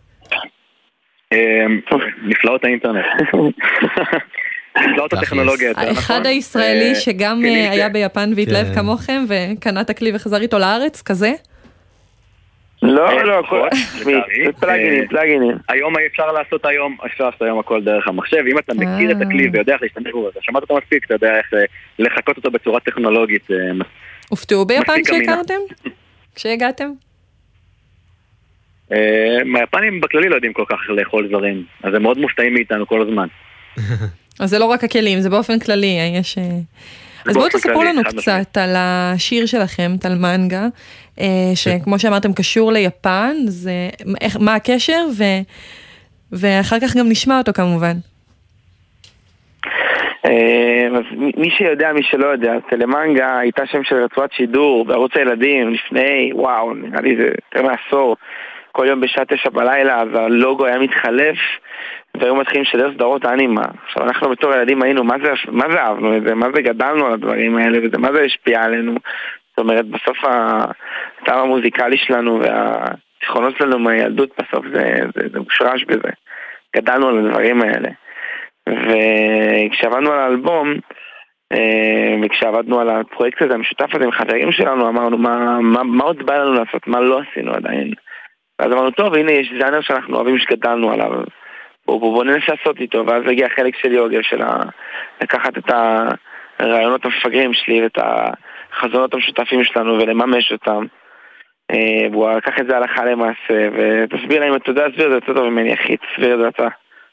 נפלאות האינטרנט. נפלאות הטכנולוגיה. האחד הישראלי שגם היה ביפן והתלהב כמוכם וקנה את הכלי וחזר איתו לארץ, כזה? לא, לא, פלאגינים, פלאגינים. היום אפשר לעשות היום, אפשר לעשות היום הכל דרך המחשב. אם אתה מכיר את הכלי ויודע איך להשתמש בו, אתה שמעת אותו מספיק, אתה יודע איך לחכות אותו בצורה טכנולוגית. הופתעו ביפן שהכרתם? כשהגעתם? מהיפנים בכללי לא יודעים כל כך לאכול דברים, אז הם מאוד מופתעים מאיתנו כל הזמן. אז זה לא רק הכלים, זה באופן כללי, יש... אז בואו תספרו לנו קצת על השיר שלכם, טלמנגה, שכמו שאמרתם קשור ליפן, זה, מה הקשר, ו, ואחר כך גם נשמע אותו כמובן. אז מי שיודע, מי שלא יודע, טלמנגה הייתה שם של רצועת שידור בערוץ הילדים לפני, וואו, נראה לי זה יותר מעשור, כל יום בשעה תשע בלילה, אז הלוגו היה מתחלף, והיו מתחילים לשדר סדרות אנימה. עכשיו אנחנו בתור ילדים היינו, מה זה, מה זה אהבנו את זה, מה זה גדלנו על הדברים האלה, וזה, מה זה השפיע עלינו. זאת אומרת, בסוף הטעם המוזיקלי שלנו והזיכרונות שלנו מהילדות, בסוף זה, זה, זה מושרש בזה. גדלנו על הדברים האלה. וכשעבדנו על האלבום, וכשעבדנו על הפרויקט הזה, המשותף הזה עם חברים שלנו, אמרנו, מה, מה, מה עוד בא לנו לעשות, מה לא עשינו עדיין. ואז אמרנו, טוב, הנה יש ז'אנר שאנחנו אוהבים שגדלנו עליו. בואו בוא, בוא ננסה לעשות איתו, ואז הגיע החלק שלי אוגב של לקחת את הרעיונות המפגרים שלי ואת החזונות המשותפים שלנו ולממש אותם. והוא לקח את זה הלכה למעשה, ותסביר להם, אתה יודע, תסביר את זה יותר טוב ממני, אחי, תסביר את זה אתה.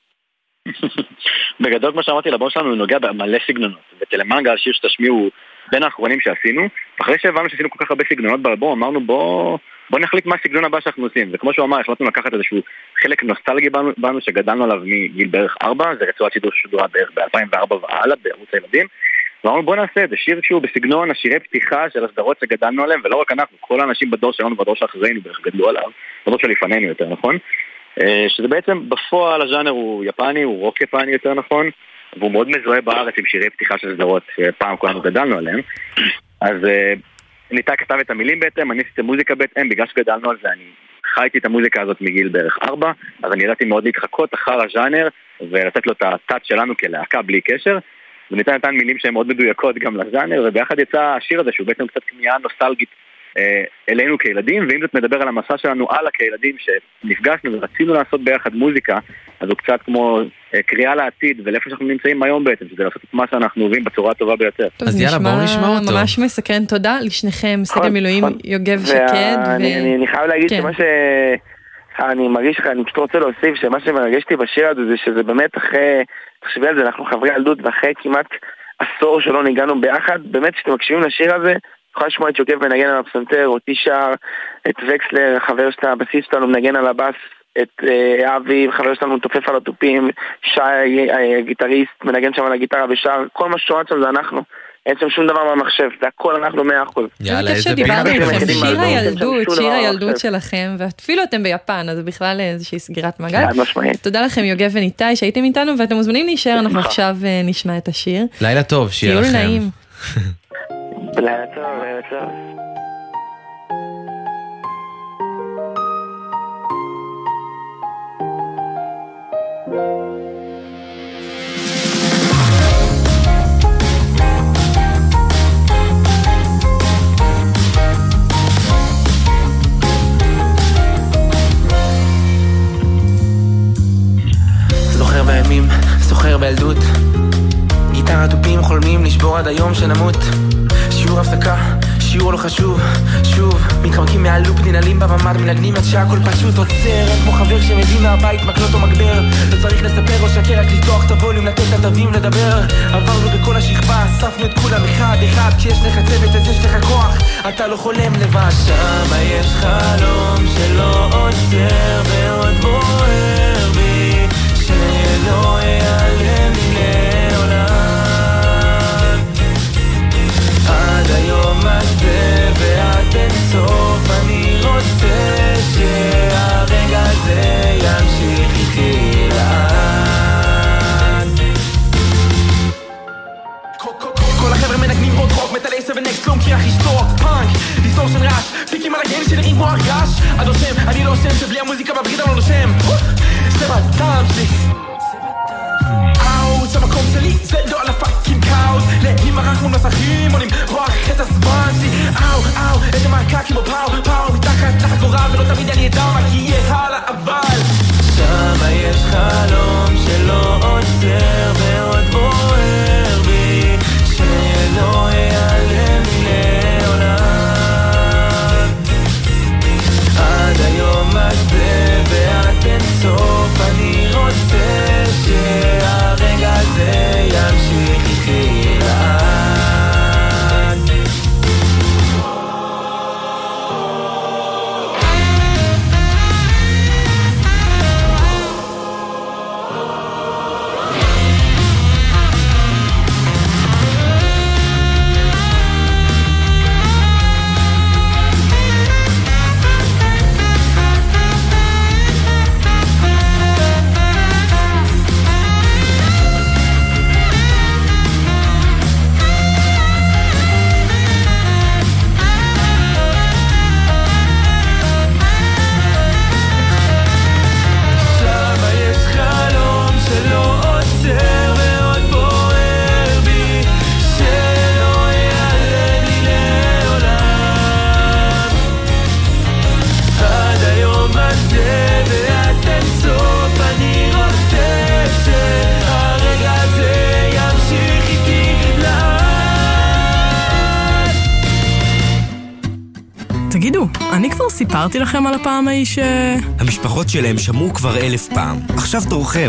בגדול, כמו שאמרתי, לבוא שלנו הוא נוגע במלא סגנונות, וטלמנגה, השיר שתשמיעו בין האחרונים שעשינו, אחרי שהבנו שעשינו כל כך הרבה סגנונות באלבום, אמרנו בוא... בוא נחליט מה הסגנון הבא שאנחנו עושים, וכמו שהוא אמר, החלטנו לקחת איזשהו חלק נוסטלגי בנו שגדלנו עליו מגיל בערך ארבע, זה רצועת שידור ששודרה בערך ב-אלפיים וארבע והלאה בערוץ הילדים, ואמרנו בוא נעשה את זה, שיר שהוא בסגנון השירי פתיחה של הסדרות שגדלנו עליהם, ולא רק אנחנו, כל האנשים בדור שלנו ובדור שאחרינו בערך גדלו עליו, בדור שלפנינו יותר נכון, שזה בעצם בפועל הז'אנר הוא יפני, הוא רוק יפני יותר נכון, והוא מאוד מזוהה בארץ עם שירי פתיחה של סדרות שפעם כולנו גדלנו עליהם, אז ניתאי כתב את המילים בהתאם, אני עשיתי מוזיקה בהתאם, בגלל שגדלנו על זה, אני חייתי את המוזיקה הזאת מגיל בערך ארבע, אז אני ידעתי מאוד להתחקות אחר הז'אנר, ולתת לו את הטאץ' שלנו כלהקה בלי קשר, וניתאי נתן מילים שהן מאוד מדויקות גם לז'אנר, וביחד יצא השיר הזה, שהוא בעצם קצת כמיהה נוסטלגית אה, אלינו כילדים, ואם זאת מדבר על המסע שלנו על כילדים שנפגשנו ורצינו לעשות ביחד מוזיקה, אז הוא קצת כמו אה, קריאה לעתיד, ולאיפה שאנחנו נמצאים היום בעצם, שזה לעשות את מה שאנחנו אוהבים בצורה הטובה ביותר. טוב, אז יאללה, בואו נשמע אותו. ממש מסקרן, תודה לשניכם, סגל מילואים יוגב שקד. אני חייב להגיד שמה ש... אני מרגיש לך, אני פשוט רוצה להוסיף שמה שמרגשתי בשיר הזה זה שזה באמת אחרי, תחשבי על זה, אנחנו חברי ילדות ואחרי כמעט עשור שלא ניגענו ביחד, באמת שאתם מקשיבים לשיר הזה, יכולה לשמוע את יוגב מנגן על הפסנתר, אותי שר, את וקסלר, חבר שאתה, הבסיס שלנו מנגן על הבאס, את אה, אבי, חבר שלנו תופף על התופים, שי, הגיטריסט, מנגן שם על הגיטרה ושר, כל מה ששומעת שם זה אנחנו. אין שם שום דבר מהמחשב, זה הכל אנחנו מאה אחוז. יאללה, איזה דיברנו איתכם, שיר הילדות, שיר הילדות שלכם, ואפילו אתם ביפן, אז בכלל איזושהי סגירת מעגל. תודה לכם יוגב וניטאי שהייתם איתנו, ואתם מוזמנים להישאר, אנחנו עכשיו נשמע את השיר. לילה טוב, שיהיה לכם. טיול נעים. לילה טוב, לילה טוב. זוכר בימים, זוכר בילדות, גיטרה תופים חולמים לשבור עד היום שנמות. שיעור הפסקה, שיעור לא חשוב, שוב מתחמקים מהלופ, ננעלים בממד, מנגנים עד שהכל פשוט עוצר, כמו חבר שמביא מהבית מקלות או מגבר, לא צריך לספר או שקר, רק לפתוח את הווליום, לתת לתווים לדבר. עברנו בכל השכבה, אספנו את כולם אחד אחד, כשיש לך צוות אז יש לך כוח, אתה לא חולם לבד. שמה יש חלום שלא עוצר ועוד בוער בי, שלא ייעלם לעולם. עד היום הזה ועד אין סוף אני רוצה שהרגע הזה ימשיך איתי לעד. כל החבר'ה מנגנים עוד רוק, מטלי סבן אקס לא מכיר היסטורק פאנק, דיסטור של רעש, פיקים על הגן שנראים כמו הרגש. עד עושם, אני לא עושם, שבלי המוזיקה בברית אני לא נושם. זה בטעם שלי זה המקום שלי, זה לא על הפאקינג קאוס. להים הרח מול מסכים, עולים רוח את הזמן שלי. אאו, אאו, איזה מעקה כמו פאו, פאו מתחת תחת גורל, ולא תמיד אני אדע מה כי יהיה הלאה. אבל שמה יש חלום שלא עוצר ועוד בוער בי, שלא ייעלם לעולם. עד היום הזה ועד אין סוף אני רוצה שהרגע הזה ימשיך איתי לעד. תגידו, אני כבר סיפרתי לכם על הפעם ההיא ש... המשפחות שלהם שמעו כבר אלף פעם. עכשיו תורכם.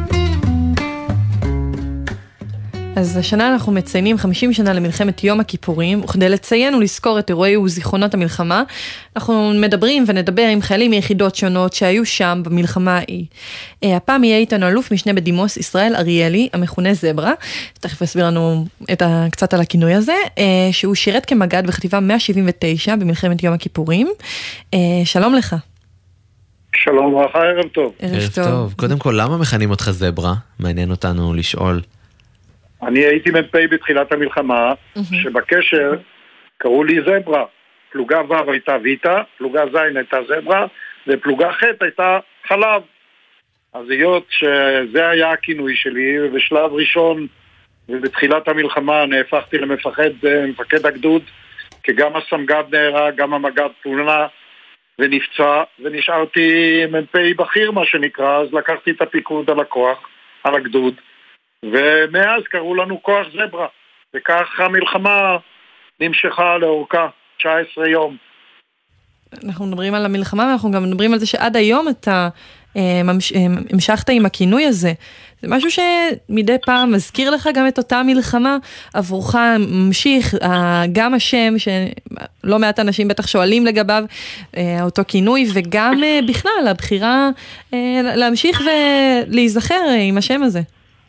אז השנה אנחנו מציינים חמישים שנה למלחמת יום הכיפורים, וכדי לציין ולזכור את אירועי וזיכרונות המלחמה, אנחנו מדברים ונדבר עם חיילים מיחידות שונות שהיו שם במלחמה ההיא. הפעם יהיה איתנו אלוף משנה בדימוס ישראל אריאלי, המכונה זברה, תכף אסביר לנו את ה... קצת על הכינוי הזה, שהוא שירת כמג"ד בחטיבה מאה שבעים ותשע במלחמת יום הכיפורים. שלום לך. שלום ברכה, ערב טוב. ערב טוב. קודם כל, למה מכנים אותך זברה? מעניין אותנו לשאול. אני הייתי מ"פ בתחילת המלחמה, שבקשר קראו לי זברה. פלוגה ו' הייתה ויטה, פלוגה ז' הייתה זברה, ופלוגה ח' הייתה חלב. אז היות שזה היה הכינוי שלי, ובשלב ראשון ובתחילת המלחמה נהפכתי למפקד מפקד הגדוד, כי גם הסמג"ד נהרג, גם המג"ד פונה ונפצע, ונשארתי מ"פ בכיר מה שנקרא, אז לקחתי את הפיקוד על הכוח, על הגדוד, ומאז קראו לנו כוח זברה, וכך המלחמה נמשכה לאורכה תשע עשרה יום. אנחנו מדברים על המלחמה, ואנחנו גם מדברים על זה שעד היום אתה המשכת עם הכינוי הזה. זה משהו שמדי פעם מזכיר לך גם את אותה מלחמה, עבורך ממשיך גם השם, שלא מעט אנשים בטח שואלים לגביו, אותו כינוי, וגם בכלל הבחירה להמשיך ולהיזכר עם השם הזה.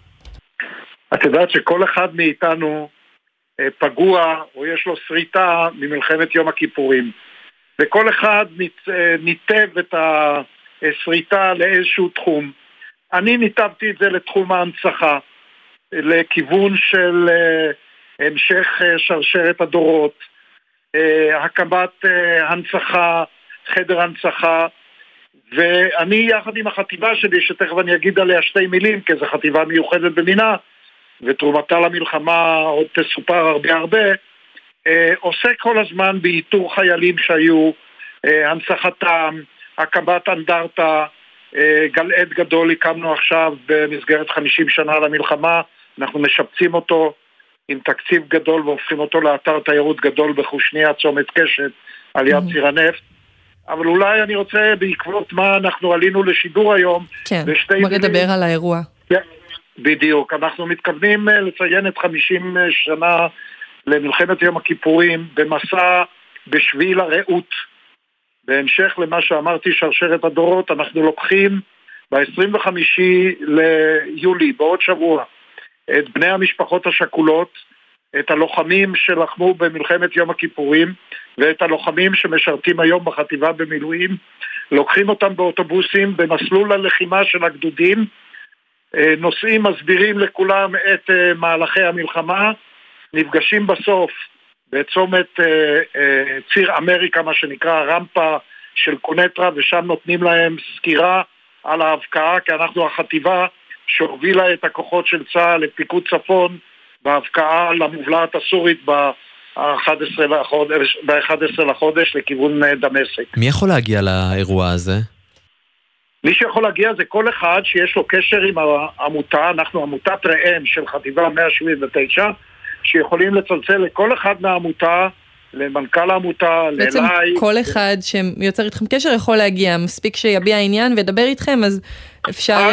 את יודעת שכל אחד מאיתנו פגוע, או יש לו שריטה ממלחמת יום הכיפורים, וכל אחד ניתב את השריטה לאיזשהו תחום. אני ניתבתי את זה לתחום ההנצחה, לכיוון של המשך שרשרת הדורות, הקמת הנצחה, חדר הנצחה, ואני יחד עם החטיבה שלי, שתכף אני אגיד עליה שתי מילים, כי זו חטיבה מיוחדת במינה, ותרומתה למלחמה עוד תסופר הרבה הרבה, עושה כל הזמן באיתור חיילים שהיו, הנצחתם, הקמת אנדרטה, גלעד גדול הקמנו עכשיו במסגרת חמישים שנה למלחמה, אנחנו משפצים אותו עם תקציב גדול והופכים אותו לאתר תיירות גדול בחושניה, צומת קשת, על יד ציר הנפט. אבל אולי אני רוצה בעקבות מה אנחנו עלינו לשידור היום. כן, בוא נדבר על האירוע. בדיוק, אנחנו מתכוונים לציין את חמישים שנה למלחמת יום הכיפורים במסע בשביל הרעות. בהמשך למה שאמרתי, שרשרת הדורות, אנחנו לוקחים ב-עשרים וחמישה ליולי, בעוד שבוע, את בני המשפחות השכולות, את הלוחמים שלחמו במלחמת יום הכיפורים, ואת הלוחמים שמשרתים היום בחטיבה במילואים, לוקחים אותם באוטובוסים במסלול הלחימה של הגדודים, נוסעים מסבירים לכולם את מהלכי המלחמה, נפגשים בסוף בצומת ציר אמריקה, מה שנקרא רמפה של קונטרה, ושם נותנים להם סקירה על ההבקעה, כי אנחנו החטיבה שהובילה את הכוחות של צה"ל לפיקוד צפון בהבקעה למובלעת הסורית ב-אחד עשר לחודש לכיוון דמשק. מי יכול להגיע לאירוע הזה? מי שיכול להגיע זה כל אחד שיש לו קשר עם העמותה, אנחנו עמותת ראם של חטיבה מאה שבעים ותשע, שיכולים לצלצל לכל אחד מהעמותה, למנכ"ל העמותה, בעצם לאליי. בעצם כל אחד שיוצר איתכם קשר יכול להגיע, מספיק שיביע עניין וידבר איתכם, אז אפשר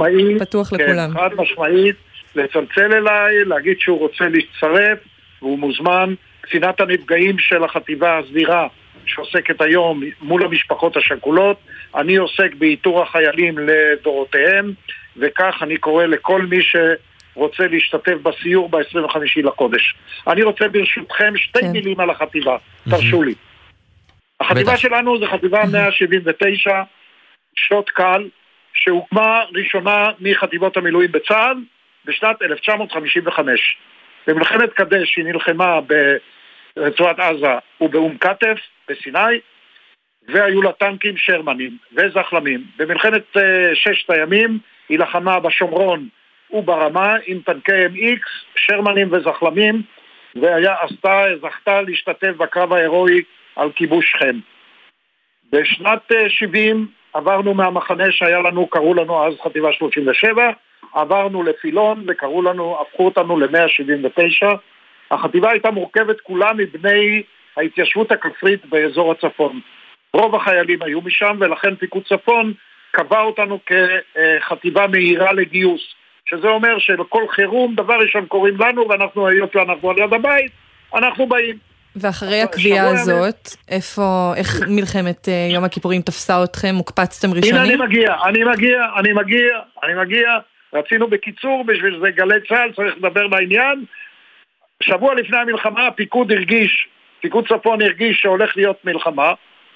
פתוח כן, לכולם. חד משמעית, לצלצל אליי, להגיד שהוא רוצה להצטרף, והוא מוזמן. קצינת הנפגעים של החטיבה הסדירה, שעוסקת היום מול המשפחות השכולות, אני עוסק באיתור החיילים לדורותיהם, וכך אני קורא לכל מי שרוצה להשתתף בסיור ב-עשרים וחמישה לחודש. אני רוצה ברשותכם שתי כן. מילים על החטיבה, תרשו לי. החטיבה בטח. שלנו זה חטיבה מאה שבעים ותשע, שוט קל, שהוקמה ראשונה מחטיבות המילואים בצה"ל בשנת אלף תשע מאות חמישים וחמש. במלחמת קדש היא נלחמה ברצועת עזה ובאום כתף בסיני, והיו לה טנקים שרמנים וזחלמים. במלחמת uh, ששת הימים היא לחמה בשומרון וברמה עם טנקי אם אקס, שרמנים וזחלמים, והיה עשתה, זכתה להשתתף בקרב ההירואי על כיבוש שכם. בשנת uh, שבעים עברנו מהמחנה שהיה לנו, קראו לנו אז חטיבה שלושים ושבע, עברנו לפילון וקראו לנו, הפכו אותנו ל-מאה שבעים ותשע. החטיבה הייתה מורכבת כולה מבני ההתיישבות הכפרית באזור הצפון. רוב החיילים היו משם, ולכן פיקוד צפון קבע אותנו כחטיבה מהירה לגיוס, שזה אומר שלכל חירום דבר ראשון קוראים לנו, ואנחנו היות ואנחנו על יד הבית, אנחנו באים. ואחרי הקביעה הזאת, איפה, איך מלחמת יום הכיפורים תפסה אתכם, הוקפצתם ראשונים? הנה אני מגיע, אני מגיע, אני מגיע, אני מגיע, רצינו בקיצור, בשביל זה גלי צה"ל, צריך לדבר בעניין. שבוע לפני המלחמה הפיקוד הרגיש, פיקוד צפון הרגיש שהולך להיות מלחמה,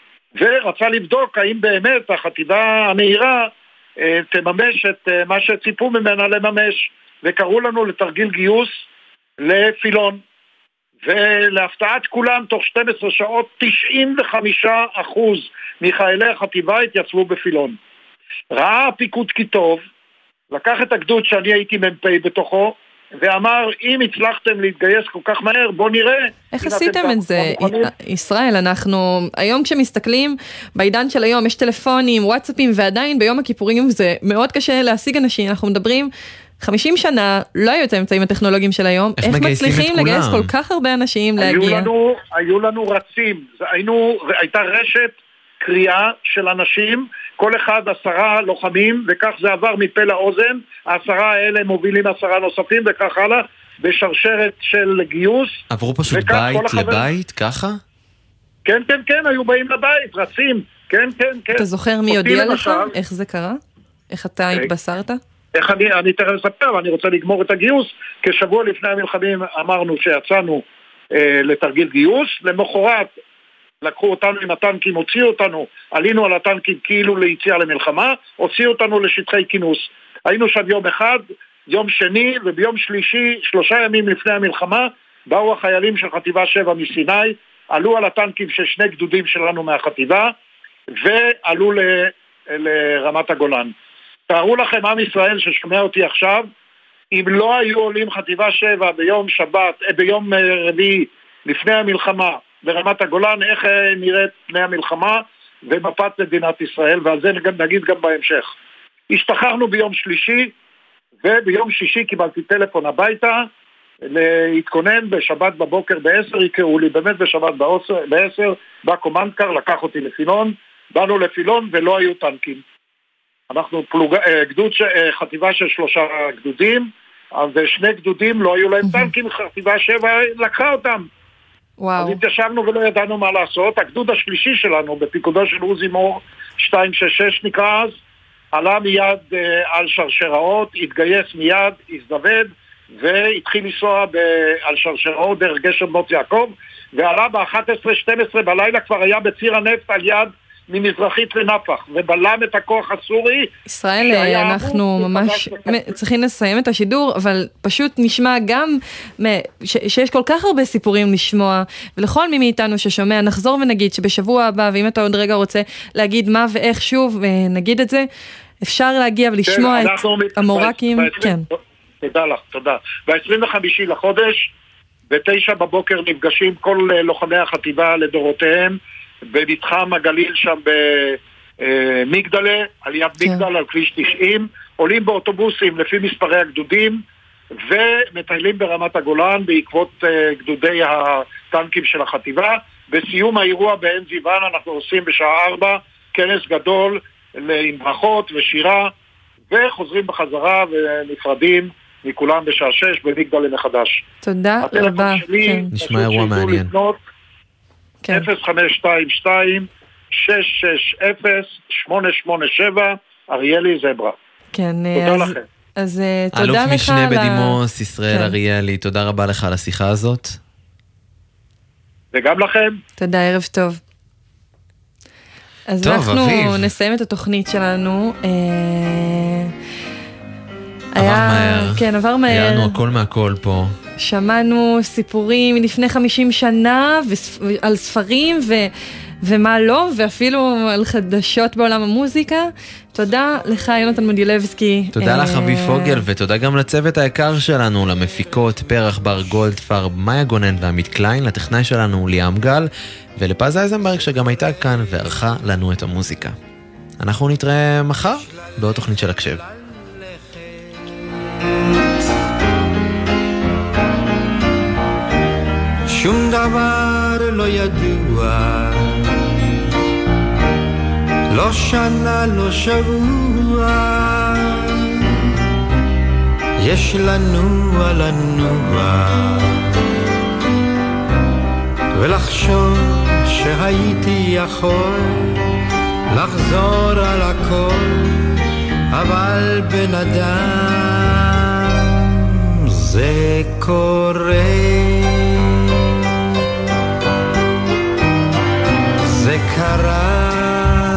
ורצה לבדוק האם באמת החטיבה המהירה אה, תממש את אה, מה שציפו ממנה לממש, וקראו לנו לתרגיל גיוס לפילון, ולהפתעת כולם תוך שתים עשרה שעות תשעים וחמישה אחוז מחיילי החטיבה התייצבו בפילון. ראה הפיקוד כי טוב, לקח את הגדוד שאני הייתי מ"פ בתוכו, ואמר, אם הצלחתם להתגייס כל כך מהר, בוא נראה. איך עשיתם את זה? ישראל, אנחנו, היום כשמסתכלים, בעידן של היום יש טלפונים, וואטסאפים, ועדיין ביום הכיפורים זה מאוד קשה להשיג אנשים. אנחנו מדברים חמישים שנה, לא היו את האמצעים הטכנולוגיים של היום. איך מצליחים לגייס כל כך הרבה אנשים להגיע? היו לנו רצים, הייתה רשת קריאה של אנשים כל אחד עשרה לוחמים, וכך זה עבר מפה לאוזן, העשרה האלה מובילים עשרה נוספים, וכך הלאה, בשרשרת של גיוס. עברו פשוט בית לבית, ככה? כן, כן, כן, היו באים לבית, רצים, כן, כן, כן. אתה זוכר מי הודיע לך? איך זה קרה? איך אתה התבשרת? איך אני, אני תכף לספר, אני רוצה לגמור את הגיוס, כשבוע לפני המלחמים אמרנו שיצאנו אה, לתרגיל גיוס, למחרת לקחו אותנו עם הטנקים, הוציאו אותנו, עלינו על הטנקים כאילו ליציאה למלחמה, הוציאו אותנו לשטחי כינוס. היינו שם יום אחד, יום שני, וביום שלישי, שלושה ימים לפני המלחמה, באו החיילים של חטיבה שבע מסיני, עלו על הטנקים של שני גדודים שלנו מהחטיבה, ועלו ל, לרמת הגולן. תארו לכם, עם ישראל ששומע אותי עכשיו, אם לא היו עולים חטיבה שבע ביום שבת, ביום רביעי לפני המלחמה ברמת הגולן, איך נראית פני המלחמה ומפת מדינת ישראל, ועל זה נגיד גם בהמשך. השתחררנו ביום שלישי, וביום שישי קיבלתי טלפון הביתה, להתכונן בשבת בבוקר בעשר, יקראו לי באמת בשבת בעשר, בא קומנדקר, לקח אותי לפילון, באנו לפילון ולא היו טנקים. אנחנו פלוג... גדוד, ש... חטיבה של שלושה גדודים, ושני גדודים לא היו להם טנקים, חטיבה שבע לקחה אותם. וואו. אז התיישבנו ולא ידענו מה לעשות. הגדוד השלישי שלנו, בפיקודו של עוזי מור, שתיים שש שש נקרא אז, עלה מיד uh, על שרשראות, התגייס מיד, הזדווד, והתחיל לנסוע ב... על שרשראות דרך גשר בנות יעקב, ועלה ב-אחת עשרה שתים עשרה בלילה, כבר היה בציר הנפט על יד ממזרחית לנפח, ובלם את הכוח הסורי. ישראל, אנחנו ממש צריכים לסיים את השידור, אבל פשוט נשמע גם שיש כל כך הרבה סיפורים לשמוע, ולכל מי מאיתנו ששומע, נחזור ונגיד שבשבוע הבא, ואם אתה עוד רגע רוצה להגיד מה ואיך שוב, ונגיד את זה, אפשר להגיע ולשמוע את המורקים. כן. תודה לך, תודה. ב-עשרים וחמישה לחודש, בתשע בבוקר נפגשים כל לוחמי החטיבה לדורותיהם, במתחם הגליל שם במגדלה, על יד מגדל, על כביש תשעים, עולים באוטובוסים לפי מספרי הגדודים, ומטיילים ברמת הגולן בעקבות גדודי הטנקים של החטיבה. בסיום האירוע בעין זיוון אנחנו עושים בשעה ארבע כנס גדול עם ברכות ושירה, וחוזרים בחזרה ונפרדים מכולם בשעה שש במגדלה מחדש. תודה רבה. נשמע אירוע מעניין. אפס חמש שתיים שתיים שש שש אפס שמונה שמונה שבע אריאלי זברה. כן, תודה לכם. אז תודה לך. אלוף משנה בדימוס ישראל אריאלי, תודה רבה לך על השיחה הזאת. וגם לכם. תודה, ערב טוב. אז אנחנו נסיים את התוכנית שלנו. עבר מהר. כן, עבר מהר. היה לנו הכל מהכל פה. שמענו סיפורים מלפני חמישים שנה על ספרים ו... ומה לא, ואפילו על חדשות בעולם המוזיקה. תודה לך יונתן מודילבסקי. תודה לך אביב פוגל, ותודה גם לצוות היקר שלנו, למפיקות פרח בר גולדפרב, מאיה גונן ועמית קליין, לטכנאי שלנו ליאם גל, ולפז אייזנברג שגם הייתה כאן וערכה לנו את המוזיקה. אנחנו נתראה מחר בעוד תוכנית של הקשב. שום דבר לא ידוע, לא שנה, לא שבוע, יש לנוע לנוע ולחשוב שהייתי יכול לחזור על הכל, אבל בן אדם זה קורה, זה קרה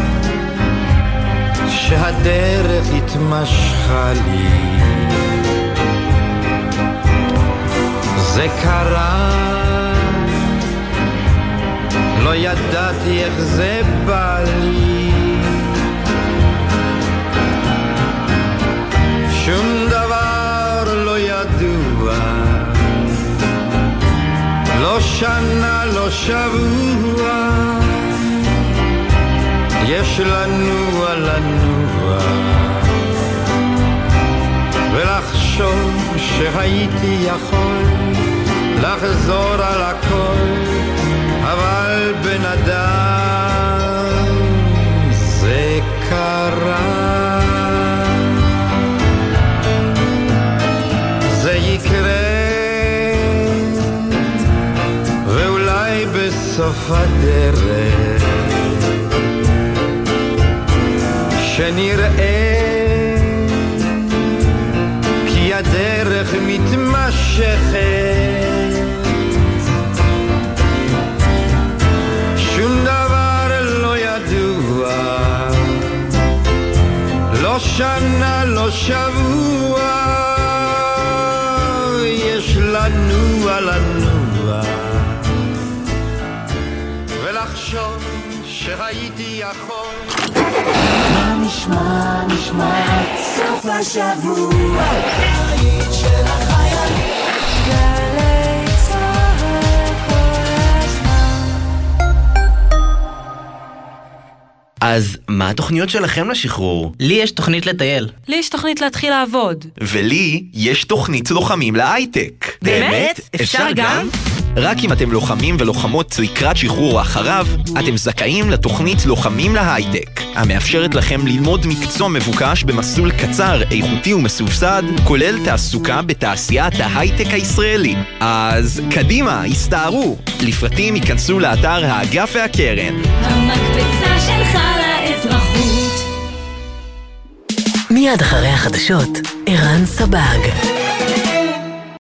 שהדרך התמשכה לי, זה קרה לא ידעתי איך זה בא לי, שום דבר לא ידוע, לא שנה, לא שבוע, יש לנוע לנוע ולחשוב שהייתי יכול לחזור על הכל, אבל בן אדם זה סוף הדרך שנראה כי הדרך מתמשכת שום דבר לא ידוע לא שנה לא שבוע יש לנוע לנוע ולחשוב שהייתי יכול מה נשמע נשמע סוף השבוע היית של החיילים גלי צהל כל הזמן. אז מה התוכניות שלכם לשחרור? לי יש תוכנית לטייל. לי יש תוכנית להתחיל לעבוד. ולי יש תוכנית לוחמים להייטק. באמת? אפשר גם? רק אם אתם לוחמים ולוחמות לקראת שחרור אחריו, אתם זכאים לתוכנית לוחמים להייטק, המאפשרת לכם ללמוד מקצוע מבוקש במסלול קצר, איכותי ומסובסד, כולל תעסוקה בתעשיית ההייטק הישראלי. אז קדימה, הסתערו. לפרטים ייכנסו לאתר האגף והקרן. המקפצה שלך לאזרחות. מיד אחרי החדשות, ערן סבג.